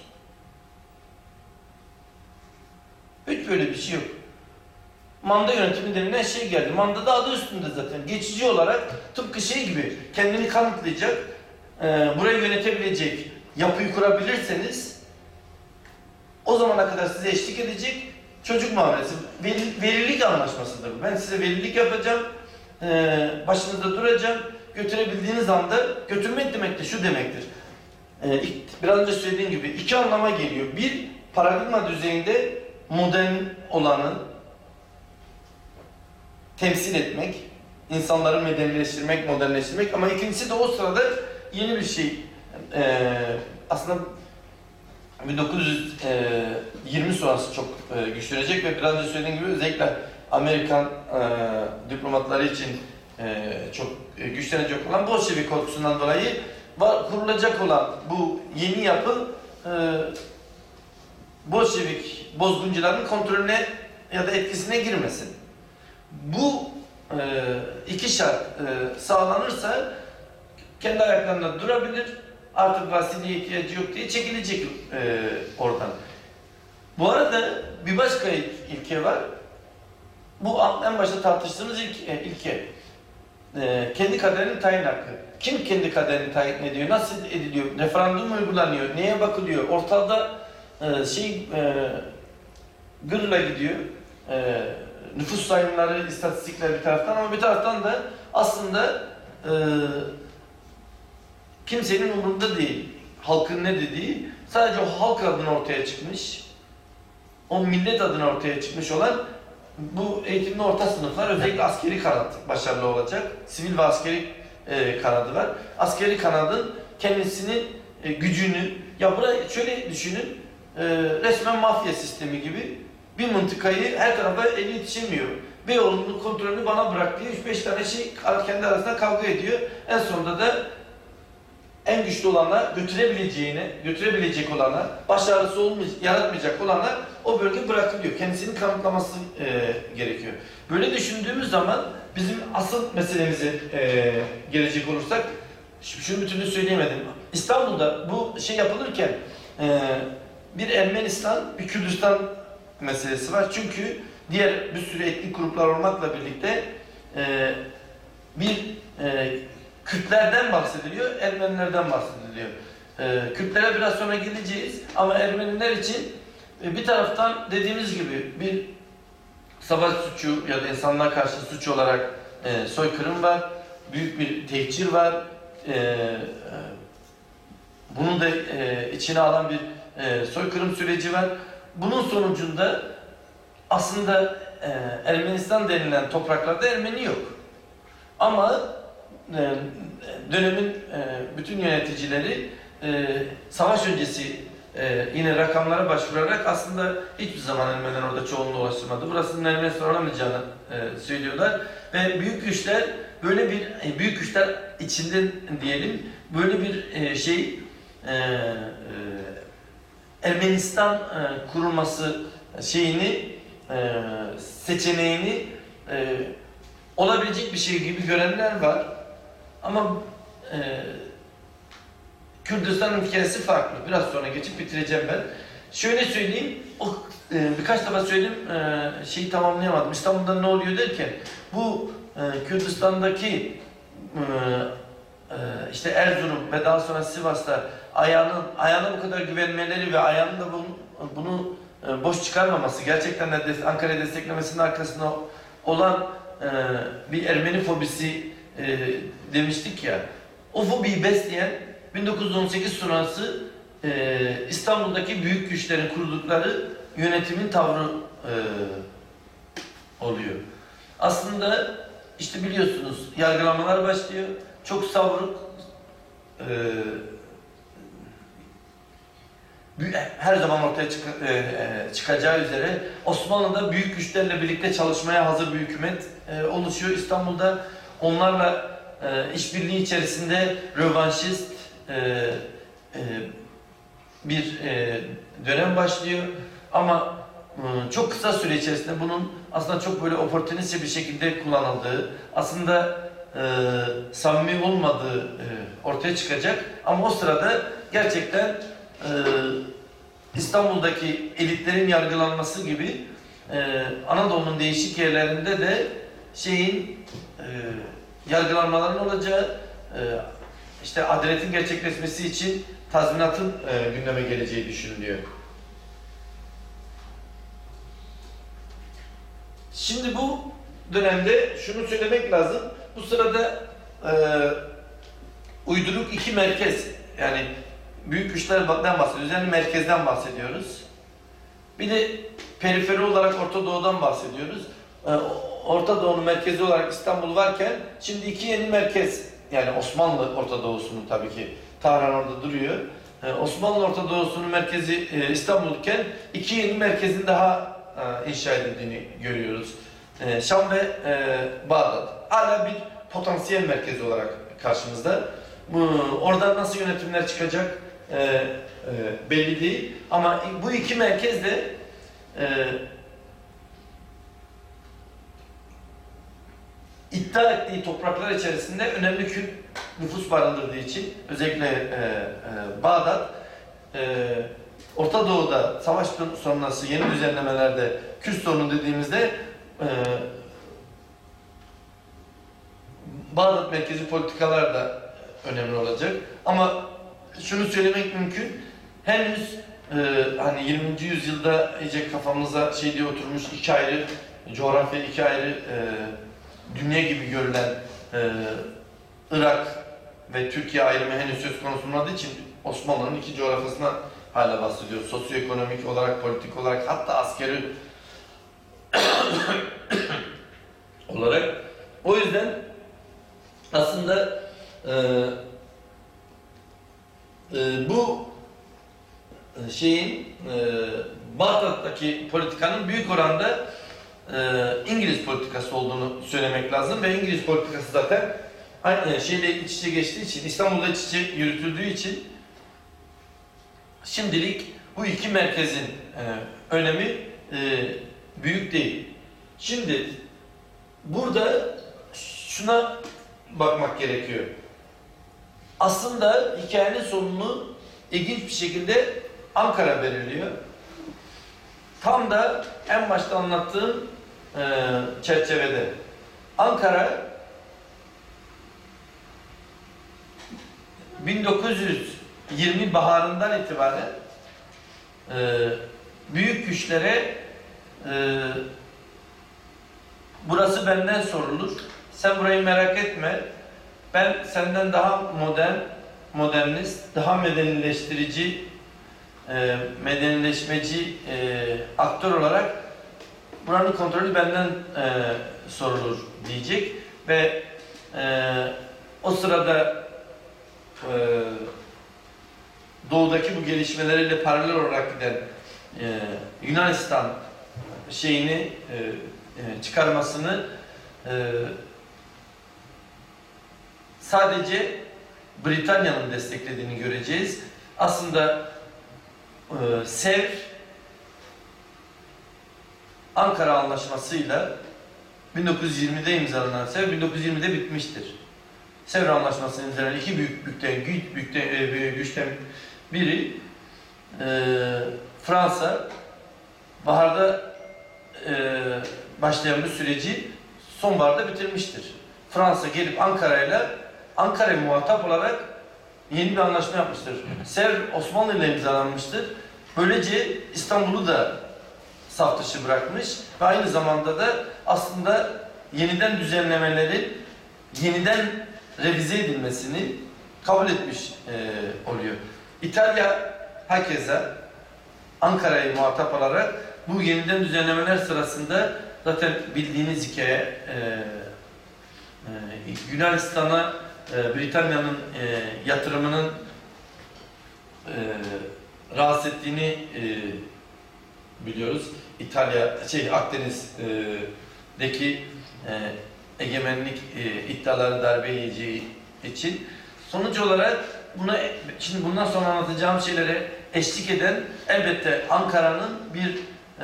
Hiç böyle bir şey yok. Manda yönetimi denilen şey geldi. Manda da adı üstünde zaten. Geçici olarak tıpkı gibi kendini kanıtlayacak, burayı yönetebilecek yapıyı kurabilirseniz o zamana kadar size eşlik edecek çocuk muamelesi. Velilik anlaşmasıdır. Ben size velilik yapacağım, başınızda duracağım, götürebildiğiniz anda, götürmek demek de şu demektir. Biraz önce söylediğim gibi iki anlama geliyor. Bir, paradigma düzeyinde modern olanı temsil etmek, insanları medenileştirmek, modernleştirmek, ama ikincisi de o sırada yeni bir şey. Aslında 1920 sonrası çok güçlenecek ve biraz önce söylediğim gibi özellikle Amerikan diplomatları için çok güçlenecek olan Bolşevik korkusundan dolayı kurulacak olan bu yeni yapı Bolşevik bozguncuların kontrolüne ya da etkisine girmesin. Bu iki şart sağlanırsa kendi ayaklarında durabilir, artık vasiliye ihtiyacı yok diye çekilecek oradan. Bu arada bir başka ilke var. Bu en başta tartıştığımız ilke. Kendi kaderini tayin hakkı. Kim kendi kaderini tayin ediyor? Nasıl ediliyor? Referandum uygulanıyor? Neye bakılıyor? Ortada gırla gidiyor. Nüfus sayımları, istatistikler bir taraftan, ama bir taraftan da aslında kimsenin umurunda değil. Halkın ne dediği, sadece o halk adına ortaya çıkmış, o millet adına ortaya çıkmış olan bu eğitimli orta sınıflar, özellikle askeri kanat başarılı olacak. Sivil ve askeri kanadı var. Askeri kanadın kendisinin gücünü, ya burayı şöyle düşünün, resmen mafya sistemi gibi bir mıntıkayı her tarafa eli yetişemiyor. Beyoğlu'nun kontrolünü bana bırak diye 3-5 tane şey kendi arasında kavga ediyor. En sonunda da en güçlü olana, götürebilecek olana, baş ağrısı yaratmayacak olana o bölge bırakılıyor. Kendisini kanıtlaması gerekiyor. Böyle düşündüğümüz zaman bizim asıl meselemize gelecek olursak, şunu bir türlü söyleyemedim. İstanbul'da bu şey yapılırken bir Ermenistan, bir Kürdistan meselesi var. Çünkü diğer bir sürü etnik gruplar olmakla birlikte bir Kürtlerden bahsediliyor, Ermenilerden bahsediliyor. Kürtlere biraz sonra geleceğiz ama Ermeniler için bir taraftan dediğimiz gibi bir savaş suçu ya da insanlığa karşı suç olarak soykırım var, büyük bir tehcir var. Bunu da içine alan bir soykırım süreci var. Bunun sonucunda aslında Ermenistan denilen topraklarda Ermeni yok. Ama dönemin bütün yöneticileri savaş öncesi yine rakamlara başvurarak aslında hiçbir zaman Ermeniler orada çoğunluğa ulaştırmadı. Burasının Ermenistan olamayacağını söylüyorlar. Ve büyük güçler böyle bir büyük güçler içinde diyelim böyle bir Ermenistan kurulması seçeneğini olabilecek bir şey gibi görenler var. Ama Kürdistan'ın hikayesi farklı. Biraz sonra geçip bitireceğim ben. Şöyle söyleyeyim, birkaç defa söyledim, şeyi tamamlayamadım. İstanbul'da ne oluyor derken, bu Kürdistan'daki işte Erzurum ve daha sonra Sivas'ta ayağına bu kadar güvenmeleri ve ayağının da bunu boş çıkarmaması, gerçekten de Ankara'yı desteklemesinin arkasında olan bir Ermeni fobisi demiştik ya, o fobiyi besleyen 1918 sonrası İstanbul'daki büyük güçlerin kurdukları yönetimin tavrı oluyor. Aslında işte biliyorsunuz yargılamalar başlıyor, çok savruk, her zaman ortaya çıkacağı üzere Osmanlı'da büyük güçlerle birlikte çalışmaya hazır bir hükümet oluşuyor. İstanbul'da onlarla işbirliği içerisinde rövanşist bir dönem başlıyor. Ama çok kısa süre içerisinde bunun aslında çok böyle oportunistçe bir şekilde kullanıldığı, aslında samimi olmadığı ortaya çıkacak. Ama o sırada gerçekten İstanbul'daki elitlerin yargılanması gibi Anadolu'nun değişik yerlerinde de yargılanmaların olacağı, işte adaletin gerçekleşmesi için tazminatın gündeme geleceği düşünülüyor. Şimdi bu dönemde şunu söylemek lazım. Bu sırada uyduruk iki merkez, yani büyük güçlerden bahsediyoruz, yani merkezden bahsediyoruz. Bir de periferi olarak Orta Doğu'dan bahsediyoruz. Orta Doğu'nun merkezi olarak İstanbul varken şimdi iki yeni merkez, yani Osmanlı Orta Doğu'sunun tabii ki Tahran orada duruyor. Osmanlı Orta Doğu'sunun merkezi İstanbul'ken iki yeni merkezin daha inşa edildiğini görüyoruz. Şam ve Bağdat. Hala bir potansiyel merkez olarak karşımızda. Oradan nasıl yönetimler çıkacak belli değil. Ama bu iki merkez de iddia ettiği topraklar içerisinde önemli Kürt nüfus barındırdığı için özellikle Bağdat, Orta Doğu'da savaş sonrası yeni düzenlemelerde Kürt sorunu dediğimizde Bağdat merkezi politikalar da önemli olacak. Ama şunu söylemek mümkün, henüz hani 20. yüzyılda iyice kafamıza diye oturmuş iki ayrı coğrafya, iki ayrı dünya gibi görülen Irak ve Türkiye ayrımı henüz söz konusu olmadığı için Osmanlı'nın iki coğrafyasına hala bahsediyor. Sosyoekonomik olarak, politik olarak, hatta askeri olarak. O yüzden aslında bu Bağdat'taki politikanın büyük oranda İngiliz politikası olduğunu söylemek lazım ve İngiliz politikası zaten aynı şeyle iç içe geçtiği için, İstanbul'da iç içe yürütüldüğü için şimdilik bu iki merkezin önemi büyük değil. Şimdi burada şuna bakmak gerekiyor. Aslında hikayenin sonunu ilginç bir şekilde Ankara belirliyor. Tam da en başta anlattığım çerçevede. Ankara 1920 baharından itibaren büyük güçlere burası benden sorulur. Sen burayı merak etme. Ben senden daha modernist, daha medenileştirici, medenileşmeci aktör olarak buranın kontrolü benden sorulur diyecek ve o sırada doğudaki bu gelişmeleriyle paralel olarak giden Yunanistan şeyini çıkarmasını sadece Britanya'nın desteklediğini göreceğiz. Aslında Sevr Ankara Anlaşması'yla 1920'de imzalanan Sevr 1920'de bitmiştir. Sevr Anlaşması'nın imzalanan iki büyük güçten biri Fransa baharda başlayan bu süreci sonbaharda bitirmiştir. Fransa gelip Ankara'ya muhatap olarak yeni bir anlaşma yapmıştır. Sevr Osmanlı ile imzalanmıştır. Böylece İstanbul'u da saf dışı bırakmış ve aynı zamanda da aslında yeniden düzenlemelerin yeniden revize edilmesini kabul etmiş oluyor. İtalya hakeza Ankara'yı muhatap alarak bu yeniden düzenlemeler sırasında zaten bildiğiniz hikaye Yunanistan'a Britanya'nın yatırımının rahatsız ettiğini biliyoruz. İtalya, Akdeniz'deki egemenlik iddiaları darbe yiyeceği için. Sonuç olarak şimdi bundan sonra anlatacağım şeylere eşlik eden elbette Ankara'nın bir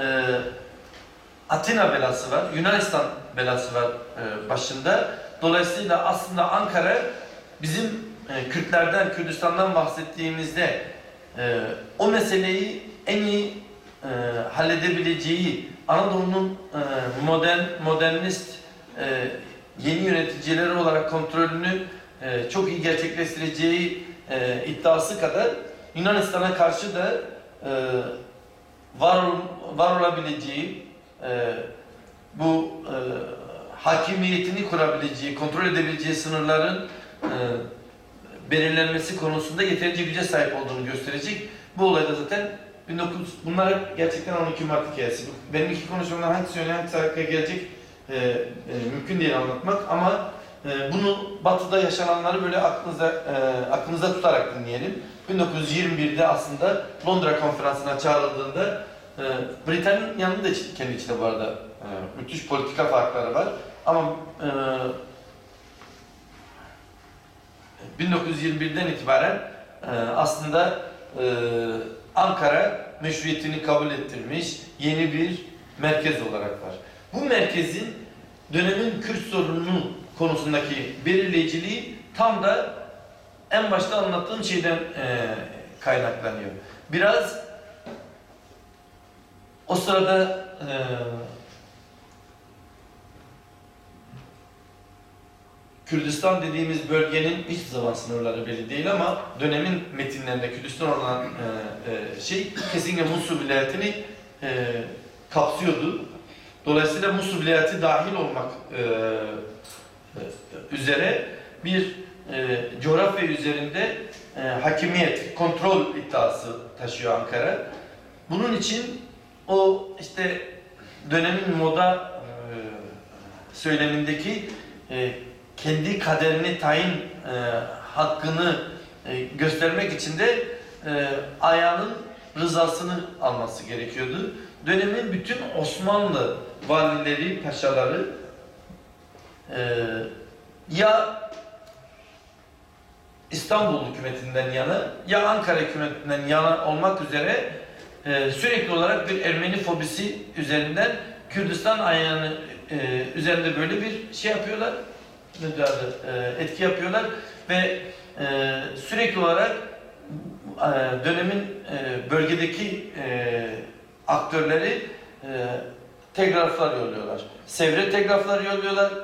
Atina belası var, Yunanistan belası var başında. Dolayısıyla aslında Ankara bizim Kürtlerden, Kürdistan'dan bahsettiğimizde o meseleyi en iyi halledebileceği, Anadolu'nun modernist yeni yöneticileri olarak kontrolünü çok iyi gerçekleştireceği iddiası kadar Yunanistan'a karşı da var olabileceği, bu hakimiyetini kurabileceği, kontrol edebileceği sınırların belirlenmesi konusunda yeterince güce sahip olduğunu gösterecek. Bu olayda zaten bunlar gerçekten 12 Mart hikayesi. Benim iki konuşmamdan hangisi önemli, hangisi arkaya gelecek mümkün değil anlatmak ama bunu Batı'da yaşananları böyle aklınıza tutarak dinleyelim. 1921'de aslında Londra konferansına çağrıldığında Britanya'nın da kendi içinde bu arada müthiş politika farkları var ama 1921'den itibaren aslında Ankara meşruiyetini kabul ettirmiş yeni bir merkez olarak var. Bu merkezin dönemin Kürt sorunu konusundaki belirleyiciliği tam da en başta anlattığım şeyden kaynaklanıyor. Biraz o sırada Kürdistan dediğimiz bölgenin hiçbir zaman sınırları belli değil ama dönemin metinlerinde Kürdistan olan şey kesinlikle Musul vilayetini kapsıyordu. Dolayısıyla Musul vilayeti dahil olmak üzere bir coğrafya üzerinde hakimiyet, kontrol iddiası taşıyor Ankara. Bunun için o işte dönemin moda söylemindeki kendi kaderini tayin hakkını göstermek için de ayağının rızasını alması gerekiyordu. dönemin bütün Osmanlı valileri, paşaları ya İstanbul hükümetinden yana ya Ankara hükümetinden yana olmak üzere sürekli olarak bir Ermeni fobisi üzerinden Kürdistan ayağını üzerinde böyle bir şey yapıyorlar, etki yapıyorlar ve sürekli olarak dönemin bölgedeki aktörleri telgraflar yolluyorlar. Sevre telgraflar yolluyorlar.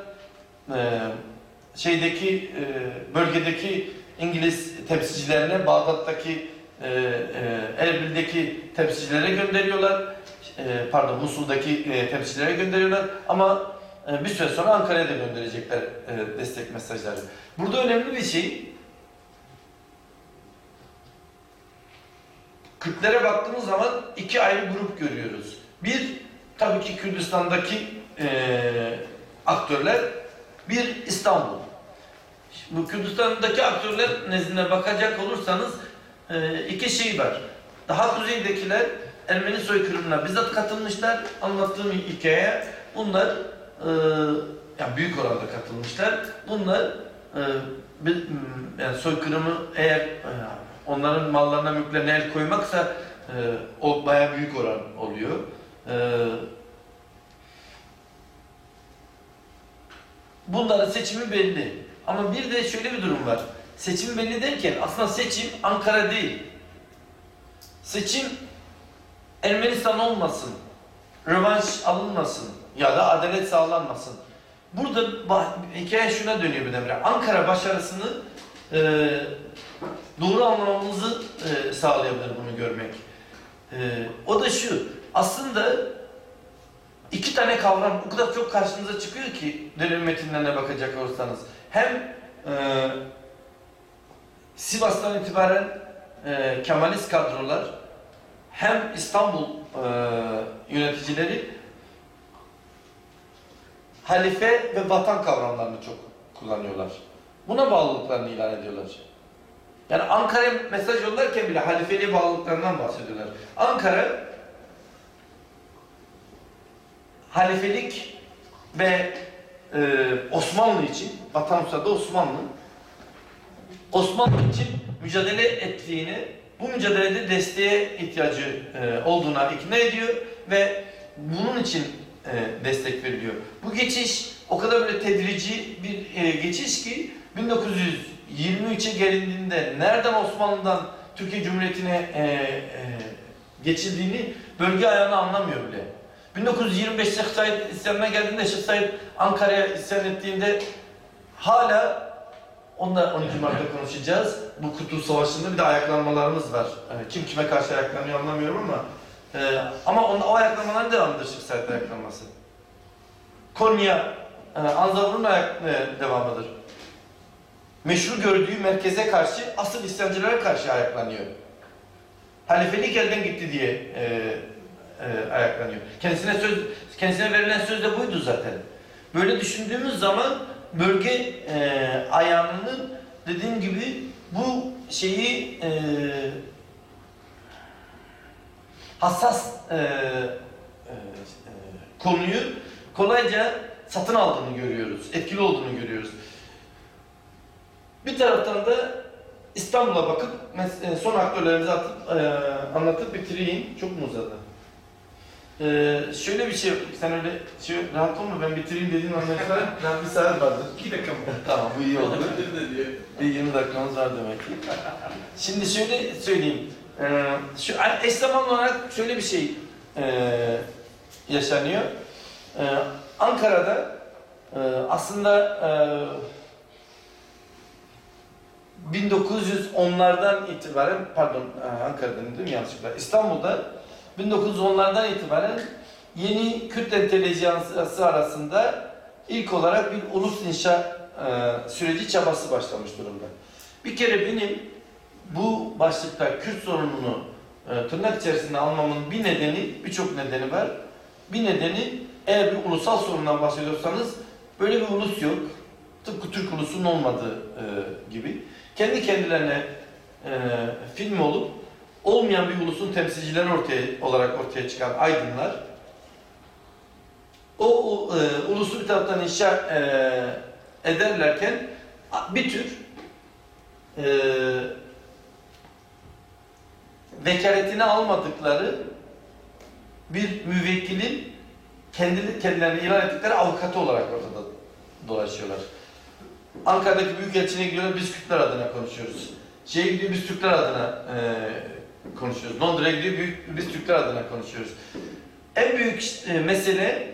Bölgedeki İngiliz temsilcilerine, Bağdat'taki Erbil'deki temsilcilere gönderiyorlar. Musul'daki temsilcilere gönderiyorlar. Ama bir süre sonra Ankara'ya da gönderecekler destek mesajları. Burada önemli bir şey, Kürtlere baktığımız zaman iki ayrı grup görüyoruz. Bir, tabii ki Kürdistan'daki aktörler, bir İstanbul. Bu Kürdistan'daki aktörler nezdine bakacak olursanız iki şey var. Daha kuzeydekiler Ermeni soykırımına bizzat katılmışlar. Anlattığım hikayeye bunlar yani büyük oranda katılmışlar. Bunlar yani soykırımı eğer onların mallarına, mülklerine el koymaksa o bayağı büyük oran oluyor. Bunların seçimi belli. Ama bir de şöyle bir durum var. Seçim belli derken aslında seçim Ankara değil. Seçim Ermenistan olmasın, rövanş alınmasın ya da adalet sağlanmasın. Burada hikaye şuna dönüyor birdenbire. Ankara başarısını doğru anlamamızı sağlayabilir bunu görmek. O da şu, aslında iki tane kavram o kadar çok karşınıza çıkıyor ki dönem metinlerine bakacak olursanız. Hem Sivas'tan itibaren Kemalist kadrolar, hem İstanbul yöneticileri halife ve vatan kavramlarını çok kullanıyorlar. Buna bağlılıklarını ilan ediyorlar. Yani Ankara'ya mesaj yollarken bile halifeliğe bağlılıklarından bahsediyorlar. Ankara halifelik ve Osmanlı için, Vatanusa'da Osmanlı için mücadele ettiğini, bu mücadelede desteğe ihtiyacı olduğuna ikna ediyor ve bunun için destek veriliyor. Bu geçiş o kadar böyle tedrici bir geçiş ki 1923'e gelindiğinde nereden Osmanlı'dan Türkiye Cumhuriyeti'ne geçildiğini bölge ayağını anlamıyor bile. 1925 Şeyh Said isyanına geldiğinde, Şeyh Said Ankara'ya isyan ettiğinde hala onunla 12 Mart'ta konuşacağız. Bu Kurtuluş Savaşı'nda bir de ayaklanmalarımız var. Kim kime karşı ayaklanıyor anlamıyorum ama o ayaklanmaların devamıdır Şeyh Said ayaklanması. Konya, Anzavur'un devamıdır. Meşru gördüğü merkeze karşı, asıl isyancılara karşı ayaklanıyor. Halifelik elden gitti diye ayaklanıyor. Kendisine verilen söz de buydu zaten. Böyle düşündüğümüz zaman bölge ayağının dediğim gibi bu şeyi hassas konuyu kolayca satın aldığını görüyoruz. Etkili olduğunu görüyoruz. Bir taraftan da İstanbul'a bakıp son aktörlerimizi anlatıp bitireyim. Çok mu uzadı? Şöyle bir şey, sen öyle rahat olma, ben bitireyim dediğin anlayışlar daha bir saat vardır. 2 dakika mı? Tamam, bu iyi oldu. Bir 20 dakikamız var demek ki. Şimdi şöyle söyleyeyim. Eş zamanlı olarak şöyle bir şey yaşanıyor. Ankara'da aslında 1910'lardan itibaren, Ankara'dan değil mi yanlışlıkla, İstanbul'da 1910'lardan itibaren yeni Kürt entelejansiyası arasında ilk olarak bir ulus inşa süreci çabası başlamış durumda. Bir kere benim bu başlıkta Kürt sorununu tırnak içerisinde almamın bir nedeni, birçok nedeni var. Bir nedeni, eğer bir ulusal sorundan bahsediyorsanız böyle bir ulus yok. Tıpkı Türk ulusunun olmadığı gibi. Kendi kendilerine film olup olmayan bir ulusun temsilcileri olarak ortaya çıkan aydınlar, o ulusu bir taraftan inşa ederlerken bir tür vekaletini almadıkları bir müvekkilin kendilerini ilan ettikleri avukatı olarak ortada dolaşıyorlar. Ankara'daki Büyükelçiliğe gidiyorlar, biz Kürtler adına konuşuyoruz. Şeye gidiyor, biz Türkler adına konuşuyoruz. Londra'ya gidiyor, biz Türkler adına konuşuyoruz. En büyük mesele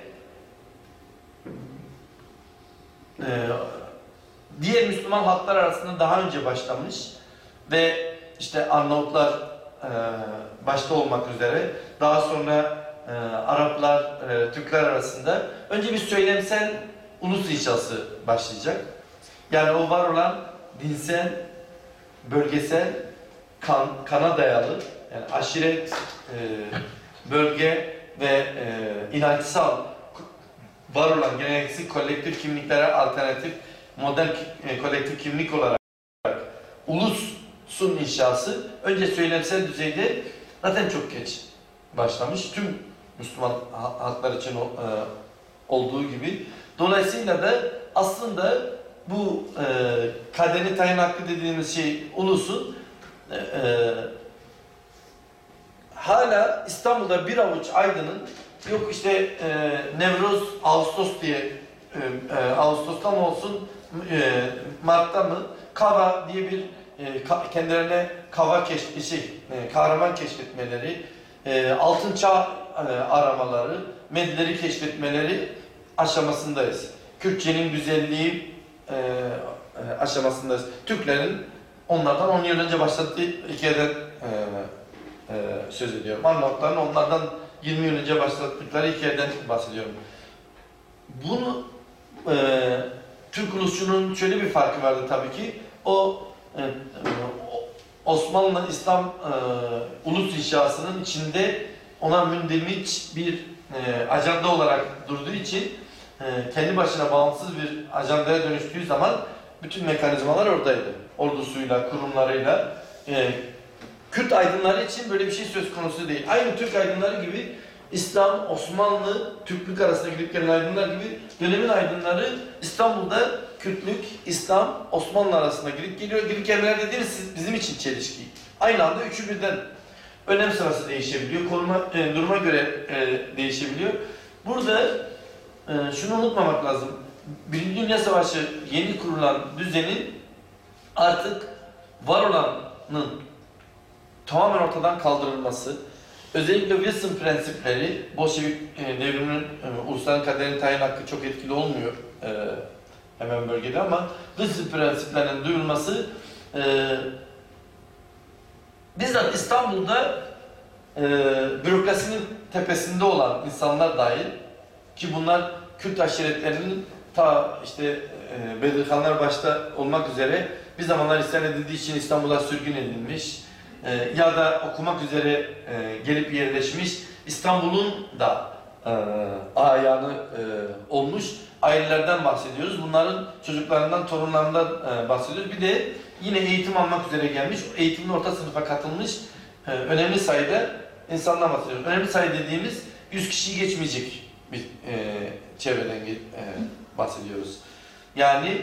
diğer Müslüman halklar arasında daha önce başlamış ve işte Arnavutlar başta olmak üzere daha sonra Araplar, Türkler arasında önce bir söylemsel ulus inşası başlayacak. Yani o var olan dinsel, bölgesel, kana dayalı, yani aşiret, bölge ve inançsal var olan geleneksel kolektif kimliklere alternatif modern kolektif kimlik olarak ulusun inşası önce söylemsel düzeyde zaten çok geç başlamış. Tüm Müslüman halklar için olduğu gibi. Dolayısıyla da aslında bu kaderi tayin hakkı dediğimiz şey ulusun hala İstanbul'da bir avuç aydının yok işte Nevroz, Ağustos diye Ağustos'ta mı olsun Mart'ta mı Kava diye bir kendilerine Kava kahraman keşfetmeleri, altın çağ aramaları, medleri keşfetmeleri aşamasındayız. Kürtçenin güzelliği aşamasındayız. Türklerin onlardan 10 yıl önce başladığı hikayeden söz ediyorum. Arnavutların onlardan 20 yıl önce başlattıkları hikayeden bahsediyorum. Bunu Türk ulusçunun şöyle bir farkı vardı tabii ki. Osmanlı İslam ulus inşasının içinde ona mündemiş bir ajanda olarak durduğu için kendi başına bağımsız bir ajandaya dönüştüğü zaman bütün mekanizmalar oradaydı. Ordusuyla, kurumlarıyla. Kürt aydınları için böyle bir şey söz konusu değil. Aynı Türk aydınları gibi İslam, Osmanlı, Türklük arasında gidip gelen aydınlar gibi dönemin aydınları İstanbul'da Kürtlük, İslam, Osmanlı arasında gidip geliyor. Gidip gelmeler dediğimiz bizim için çelişki. Aynı anda üçü birden önem sırası değişebiliyor. Duruma göre değişebiliyor. Burada şunu unutmamak lazım. Birinci Dünya Savaşı yeni kurulan düzenin artık var olanın tamamen ortadan kaldırılması, özellikle Wilson prensipleri, Bolşevik devriminin ulusların kaderini tayin hakkı çok etkili olmuyor hemen bölgede ama Wilson prensiplerinin duyulması bizzat İstanbul'da bürokrasinin tepesinde olan insanlar dahil ki bunlar Kürt aşiretlerinin ta işte Bedirhanlar başta olmak üzere bir zamanlar isyan edildiği için İstanbul'a sürgün edilmiş ya da okumak üzere gelip yerleşmiş İstanbul'un da ayağını olmuş ailelerden bahsediyoruz. Bunların çocuklarından, torunlarından bahsediyoruz. Bir de yine eğitim almak üzere gelmiş, eğitimin orta sınıfa katılmış önemli sayıda insandan bahsediyoruz. Önemli sayı dediğimiz 100 kişiyi geçmeyecek bir çevreden bahsediyoruz. Yani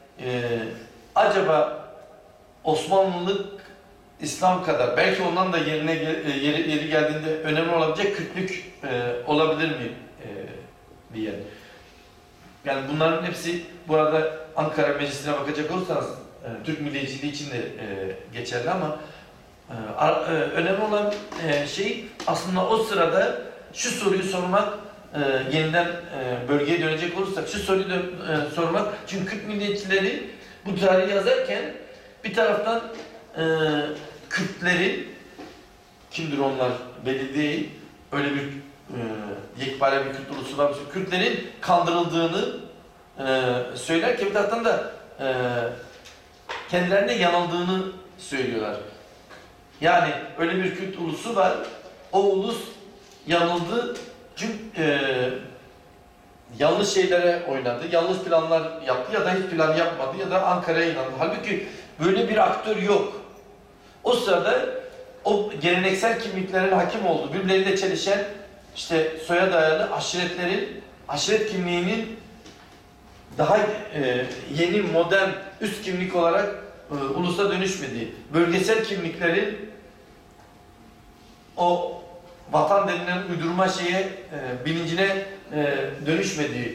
acaba Osmanlılık İslam kadar belki ondan da yeri geldiğinde önemli olabilecek Kürtlük olabilir mi diye. Yani bunların hepsi bu arada Ankara Meclisi'ne bakacak olursanız Türk milliyetçiliği için de geçerli ama önemli olan şey aslında o sırada şu soruyu sormak, yeniden bölgeye dönecek olursak şu soruyu sormak. Çünkü Kürt milliyetçileri bu tarihi yazarken bir taraftan Kürtlerin, kimdir onlar belli değil, öyle bir yekpare bir Kürt ulusu var. Kürtlerin kandırıldığını söylerken bir taraftan da kendilerine yanıldığını söylüyorlar. Yani öyle bir Kürt ulusu var, o ulus yanıldı çünkü yanlış şeylere oynadı, yanlış planlar yaptı ya da hiç plan yapmadı ya da Ankara'ya inandı. Halbuki böyle bir aktör yok. O sırada o geleneksel kimliklerin hakim olduğu, birbirleriyle çelişen işte soya dayalı aşiretlerin, aşiret kimliğinin daha yeni, modern, üst kimlik olarak ulusa dönüşmediği, bölgesel kimliklerin o vatan denilen uydurma bilincine dönüşmediği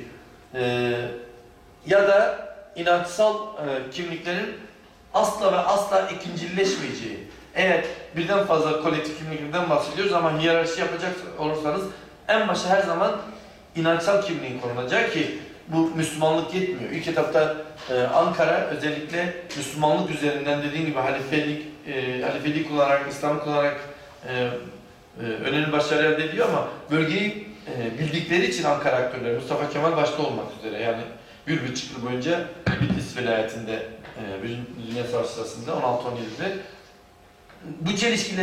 ya da inançsal kimliklerin asla ve asla ikincileşmeyeceği. Eğer birden fazla kolektif kimliklerden bahsediyoruz ama hiyerarşi yapacak olursanız en başa her zaman inançsal kimliğin konulacağı ki bu Müslümanlık yetmiyor. İlk etapta Ankara özellikle Müslümanlık üzerinden dediğim gibi halifelik kullanarak, İslam kullanarak önemli başarı elde ediyor ama bölgeyi bildikleri için Ankara aktörleri, Mustafa Kemal başta olmak üzere yani bir buçuk yıl boyunca Bitlis vilayetinde Birinci Dünya Savaşı sırasında 16-17'de bu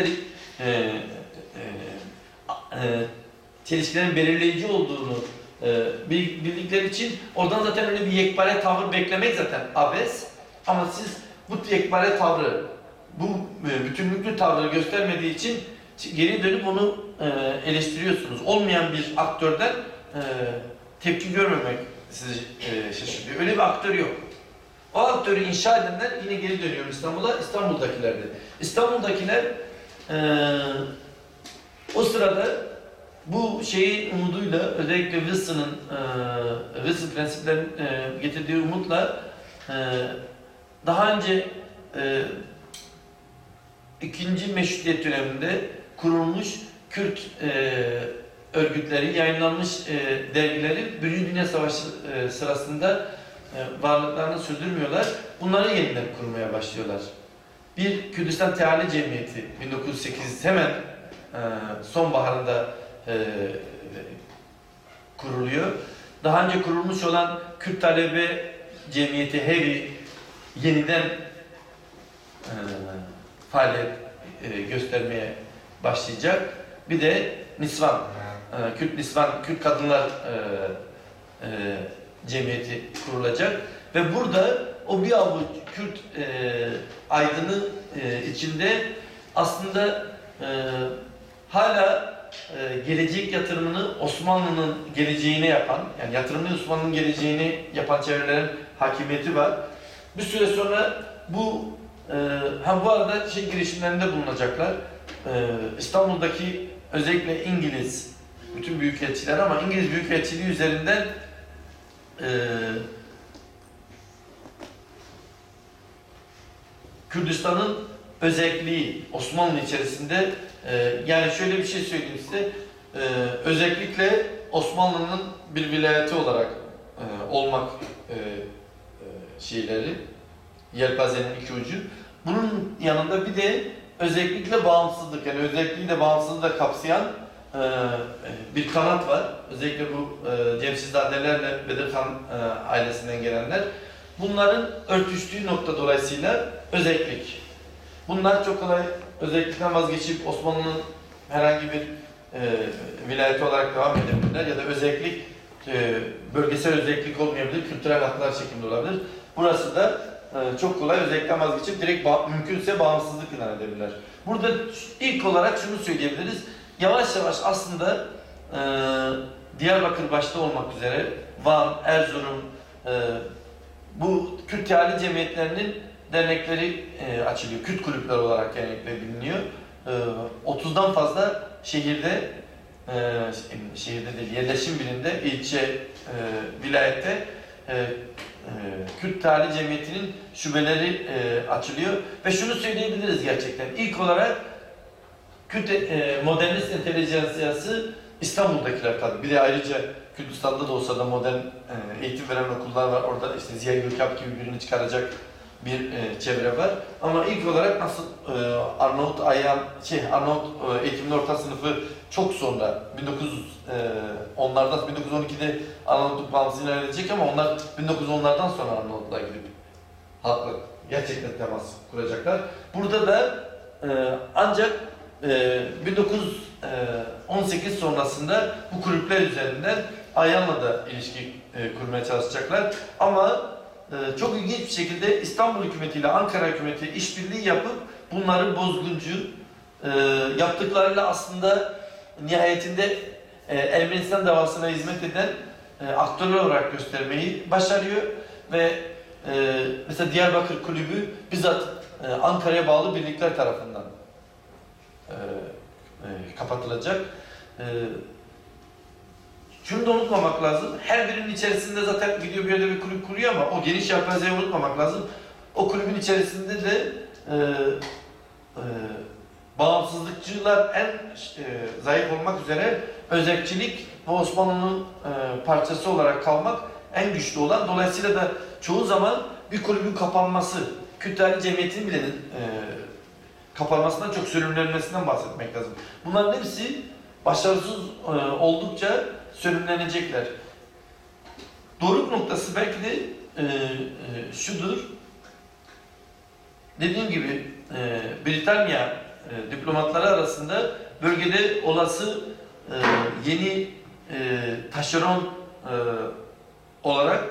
çelişkilerin belirleyici olduğunu bildikleri için oradan zaten öyle bir yekpare tavır beklemek zaten abes. Ama siz bu yekpare tavrı, bu bütünlüklü tavrı göstermediği için geri dönüp onu eleştiriyorsunuz. Olmayan bir aktörden tepki görmemek sizi şaşırtıyor. Öyle bir aktör yok. O aktörü inşa edenler yine geri dönüyor İstanbul'a, İstanbul'dakilerdi. İstanbul'dakiler o sırada bu şeyin umuduyla özellikle Wilson prensiplerin getirdiği umutla daha önce ikinci meşrutiyet döneminde kurulmuş Kürt örgütleri, yayınlanmış dergileri Birinci Dünya Savaşı sırasında varlıklarını sürdürmüyorlar. Bunları yeniden kurmaya başlıyorlar. Bir Kürdistan Teali Cemiyeti 1908 hemen sonbaharında kuruluyor. Daha önce kurulmuş olan Kürt Talebe Cemiyeti HEVİ yeniden faaliyet göstermeye başlayacak. Bir de Nisvan, Kürt Kadınlar Cemiyeti kurulacak ve burada o bir avuç Kürt aydını içinde aslında hala gelecek yatırımını Osmanlı'nın geleceğine yapan, yani yatırımını Osmanlı'nın geleceğini yapan çevrelerin hakimiyeti var. Bir süre sonra bu arada girişimlerinde bulunacaklar. İstanbul'daki özellikle İngiliz bütün büyükelçiler ama İngiliz büyükelçiliği üzerinden Kürdistan'ın özelliği Osmanlı içerisinde yani şöyle bir şey söyleyeyim size özellikle Osmanlı'nın bir vilayeti olarak olmak yelpazenin iki ucu. Bunun yanında bir de özellikle bağımsızlık yani özelliği de bağımsızlığı da kapsayan bir kanat var. Özellikle bu Cemşizzadelerle Bedirhan ailesinden gelenler. Bunların örtüştüğü nokta dolayısıyla özellik. Bunlar çok kolay özellikten vazgeçip Osmanlı'nın herhangi bir vilayeti olarak devam edebilirler ya da özellik bölgesel özellik olmayabilir, kültürel haklar şeklinde olabilir. Burası da çok kolay özellikten vazgeçip direkt mümkünse bağımsızlık ilan edebilirler. Burada ilk olarak şunu söyleyebiliriz. Yavaş yavaş aslında Diyarbakır başta olmak üzere Van, Erzurum, bu Kürt teali cemiyetlerinin dernekleri açılıyor. Kürt kulüpler olarak genellikle biliniyor. 30'dan fazla şehirde değil, yerleşim birinde, ilçe, vilayette Kürt teali cemiyetinin şubeleri açılıyor. Ve şunu söyleyebiliriz gerçekten. İlk olarak Kürt modernist entelijansiyası İstanbul'dakiler tabii. Bir de ayrıca Kürdistan'da da olsa da modern eğitim veren okullar var. Orada işte Ziya Gökalp gibi birini çıkaracak bir çevre var. Ama ilk olarak nasıl Arnavut eğitimli orta sınıfı çok sonra 1910'lardan 1912'de Arnavutluk bağımsız ilan edecek ama onlar 1910'lardan sonra Arnavutluğa gidip halkla gerçekten temas kuracaklar. Burada da ancak 1918 sonrasında bu kulüpler üzerinden Ayan'la da ilişki kurmaya çalışacaklar. Ama çok ilginç bir şekilde İstanbul hükümetiyle Ankara hükümeti işbirliği yapıp bunları bozguncu, yaptıklarıyla aslında nihayetinde Ermenistan davasına hizmet eden aktörler olarak göstermeyi başarıyor ve mesela Diyarbakır Kulübü bizzat Ankara'ya bağlı birlikler tarafından kapatılacak. Şunu da unutmamak lazım. Her birinin içerisinde zaten gidiyor bir yerde bir kulüp kuruyor ama o geniş yelpazeyi unutmamak lazım. O kulübün içerisinde de bağımsızlıkçılar en zayıf olmak üzere özerkçilik ve Osmanlı'nın parçası olarak kalmak en güçlü olan. Dolayısıyla da çoğu zaman bir kulübün kapanması, Kürtler Cemiyeti'nin bile kapanmasından çok sürümlenmesinden bahsetmek lazım. Bunların hepsi başarısız oldukça sürümlenecekler. Doruk noktası belki de şudur. Dediğim gibi Britanya diplomatları arasında bölgede olası yeni taşeron olarak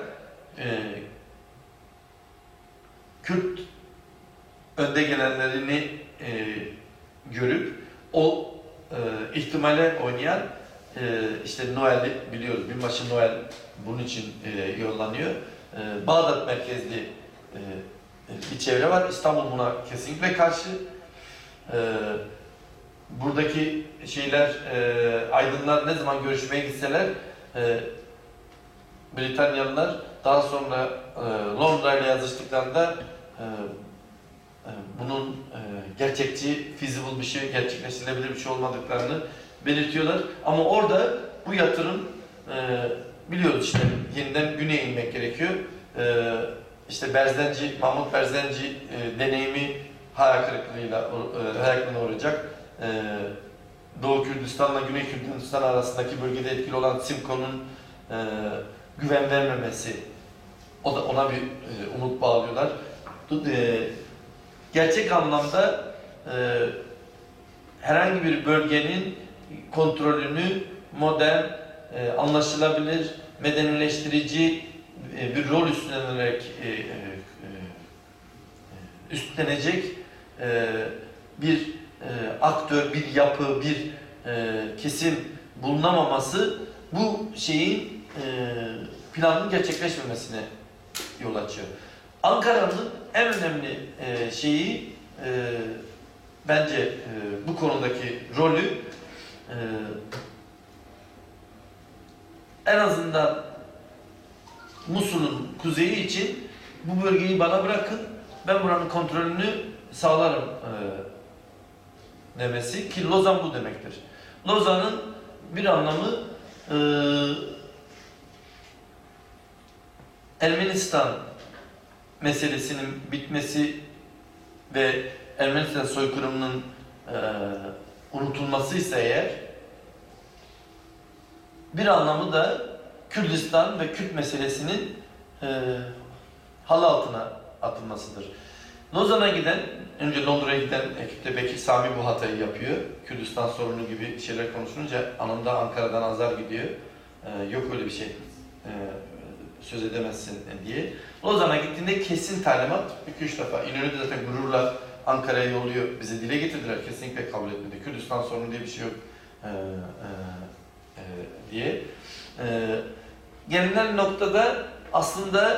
Kürt önde gelenlerini görüp o ihtimale oynayan işte Noel'i biliyoruz. Binbaşı Noel bunun için yollanıyor. Bağdat merkezli bir çevre var. İstanbul buna kesinlikle karşı. Buradaki şeyler, aydınlar ne zaman görüşmeye gitseler Britanyalılar daha sonra Londra ile yazıştıklarında bunun gerçekçi, feasible bir şey, gerçekleştirilebilir bir şey olmadıklarını belirtiyorlar. Ama orada bu yatırım biliyoruz işte yeniden güneye inmek gerekiyor. İşte Berzenci, Mahmut Berzenci deneyimi hayal kırıklığına uğrayacak. Doğu Kürdistan'la Güney Kürdistan arasındaki bölgede etkili olan Simco'nun güven vermemesi, ona bir umut bağlıyorlar. Gerçek anlamda herhangi bir bölgenin kontrolünü modern, anlaşılabilir, medenileştirici bir rol üstlenecek bir aktör, bir yapı, bir kesim bulunamaması bu şeyin planın gerçekleşmemesine yol açıyor. Ankara'nın en önemli şeyi bence bu konudaki rolü en azından Musul'un kuzeyi için bu bölgeyi bana bırakın, ben buranın kontrolünü sağlarım demesi ki Lozan bu demektir. Lozan'ın bir anlamı Ermenistan meselesinin bitmesi ve Ermenistan soykırımının unutulması ise eğer bir anlamı da Kürdistan ve Kürt meselesinin halı altına atılmasıdır. Lozan'a giden, önce Londra'ya giden ekipte Bekir Sami bu hatayı yapıyor. Kürdistan sorunu gibi şeyler konuşulunca anında Ankara'dan azar gidiyor. Yok öyle bir şey söz edemezsin diye. Lozan'a gittiğinde kesin talimat 2-3 defa. İnönü de zaten gururla Ankara'ya yolluyor. Bize dile getirdiler. Kesinlikle kabul etmedi. Kürdistan sorunu diye bir şey yok diye. Gelinen noktada aslında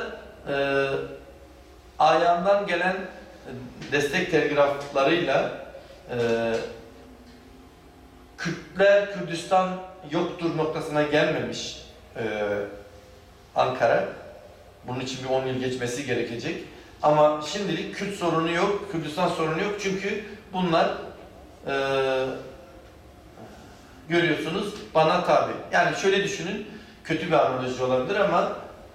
ayağından gelen destek telgraflarıyla Kürtler, Kürdistan yoktur noktasına gelmemiş Ankara. Bunun için bir 10 yıl geçmesi gerekecek. Ama şimdilik Kürt sorunu yok, Kürdistan sorunu yok. Çünkü bunlar görüyorsunuz bana tabi. Yani şöyle düşünün, kötü bir analoji olabilir ama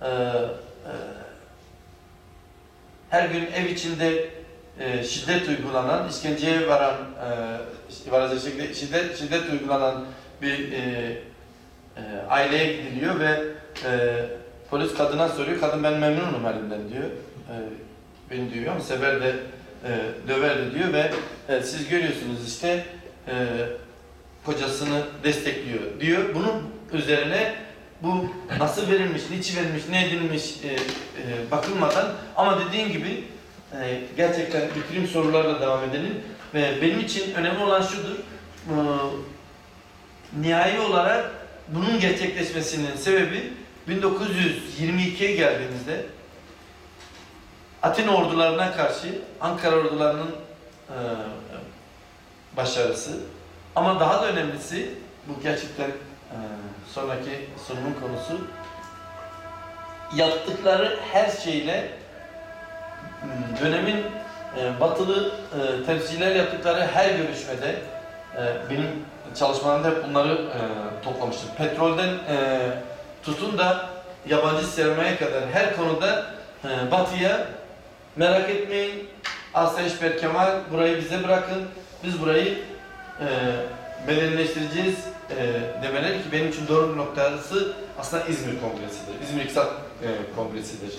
her gün ev içinde şiddet uygulanan, işkenceye varacak şekilde şiddet uygulanan bir aileye gidiliyor ve polis kadına soruyor, kadın ben memnunum halimden diyor. Beni diyor ama sever de döver diyor ve siz görüyorsunuz işte kocasını destekliyor diyor. Bunun üzerine bu nasıl verilmiş, niçin verilmiş, ne edilmiş bakılmadan ama dediğin gibi gerçekten bitireyim, sorularla devam edelim. Ve benim için önemli olan şudur. Nihai olarak bunun gerçekleşmesinin sebebi 1922'ye geldiğimizde Atina ordularına karşı Ankara ordularının başarısı. Ama daha da önemlisi, bu gerçekten sonraki sunumun konusu, yaptıkları her şeyle dönemin batılı temsilciler yaptıkları her görüşmede benim çalışmalarımda hep bunları toplamıştım. Petrolden tutun da yabancı sermaye kadar her konuda batıya merak etmeyin, asayiş berkemal, burayı bize bırakın, biz burayı bedenleştireceğiz demeleri ki benim için doğru bir noktası aslında İzmir Kongresi'dir. İzmir İktisat Kongresi'dir.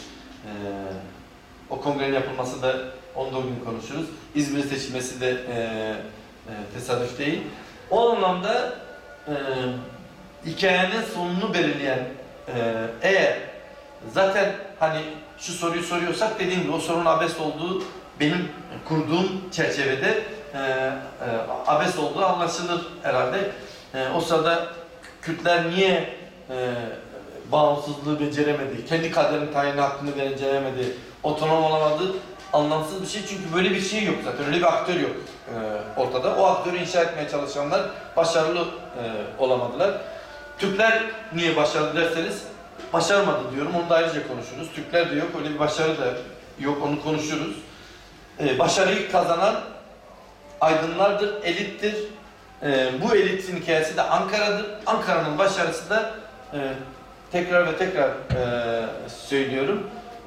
O kongrenin yapılması da onu da bugün konuşuruz. İzmir'in seçilmesi de tesadüf değil. O anlamda hikayenin sonunu belirleyen eğer zaten hani şu soruyu soruyorsak dediğim gibi o sorunun abes olduğu benim kurduğum çerçevede abes olduğu anlaşılır herhalde. O sırada Kürtler niye bağımsızlığı beceremedi, kendi kaderinin tayini hakkını beceremedi, otonom olamadı, anlamsız bir şey çünkü böyle bir şey yok zaten, öyle bir aktör yok ortada. O aktörü inşa etmeye çalışanlar başarılı olamadılar. Türkler niye başarılı derseniz, başarmadı diyorum, onu da ayrıca konuşuruz. Türkler de yok, öyle bir başarı da yok, onu konuşuruz. Başarıyı kazanan aydınlardır, elittir. Bu elitin hikayesi de Ankara'dır. Ankara'nın başarısı da tekrar ve tekrar söylüyorum.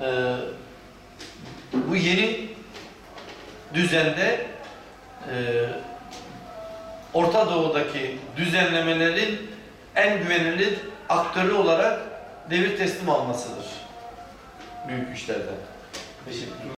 Bu yeni düzende Orta Doğu'daki düzenlemelerin en güvenilir aktörü olarak devir teslim almasıdır. Büyük güçlerden. Teşekkür ederim.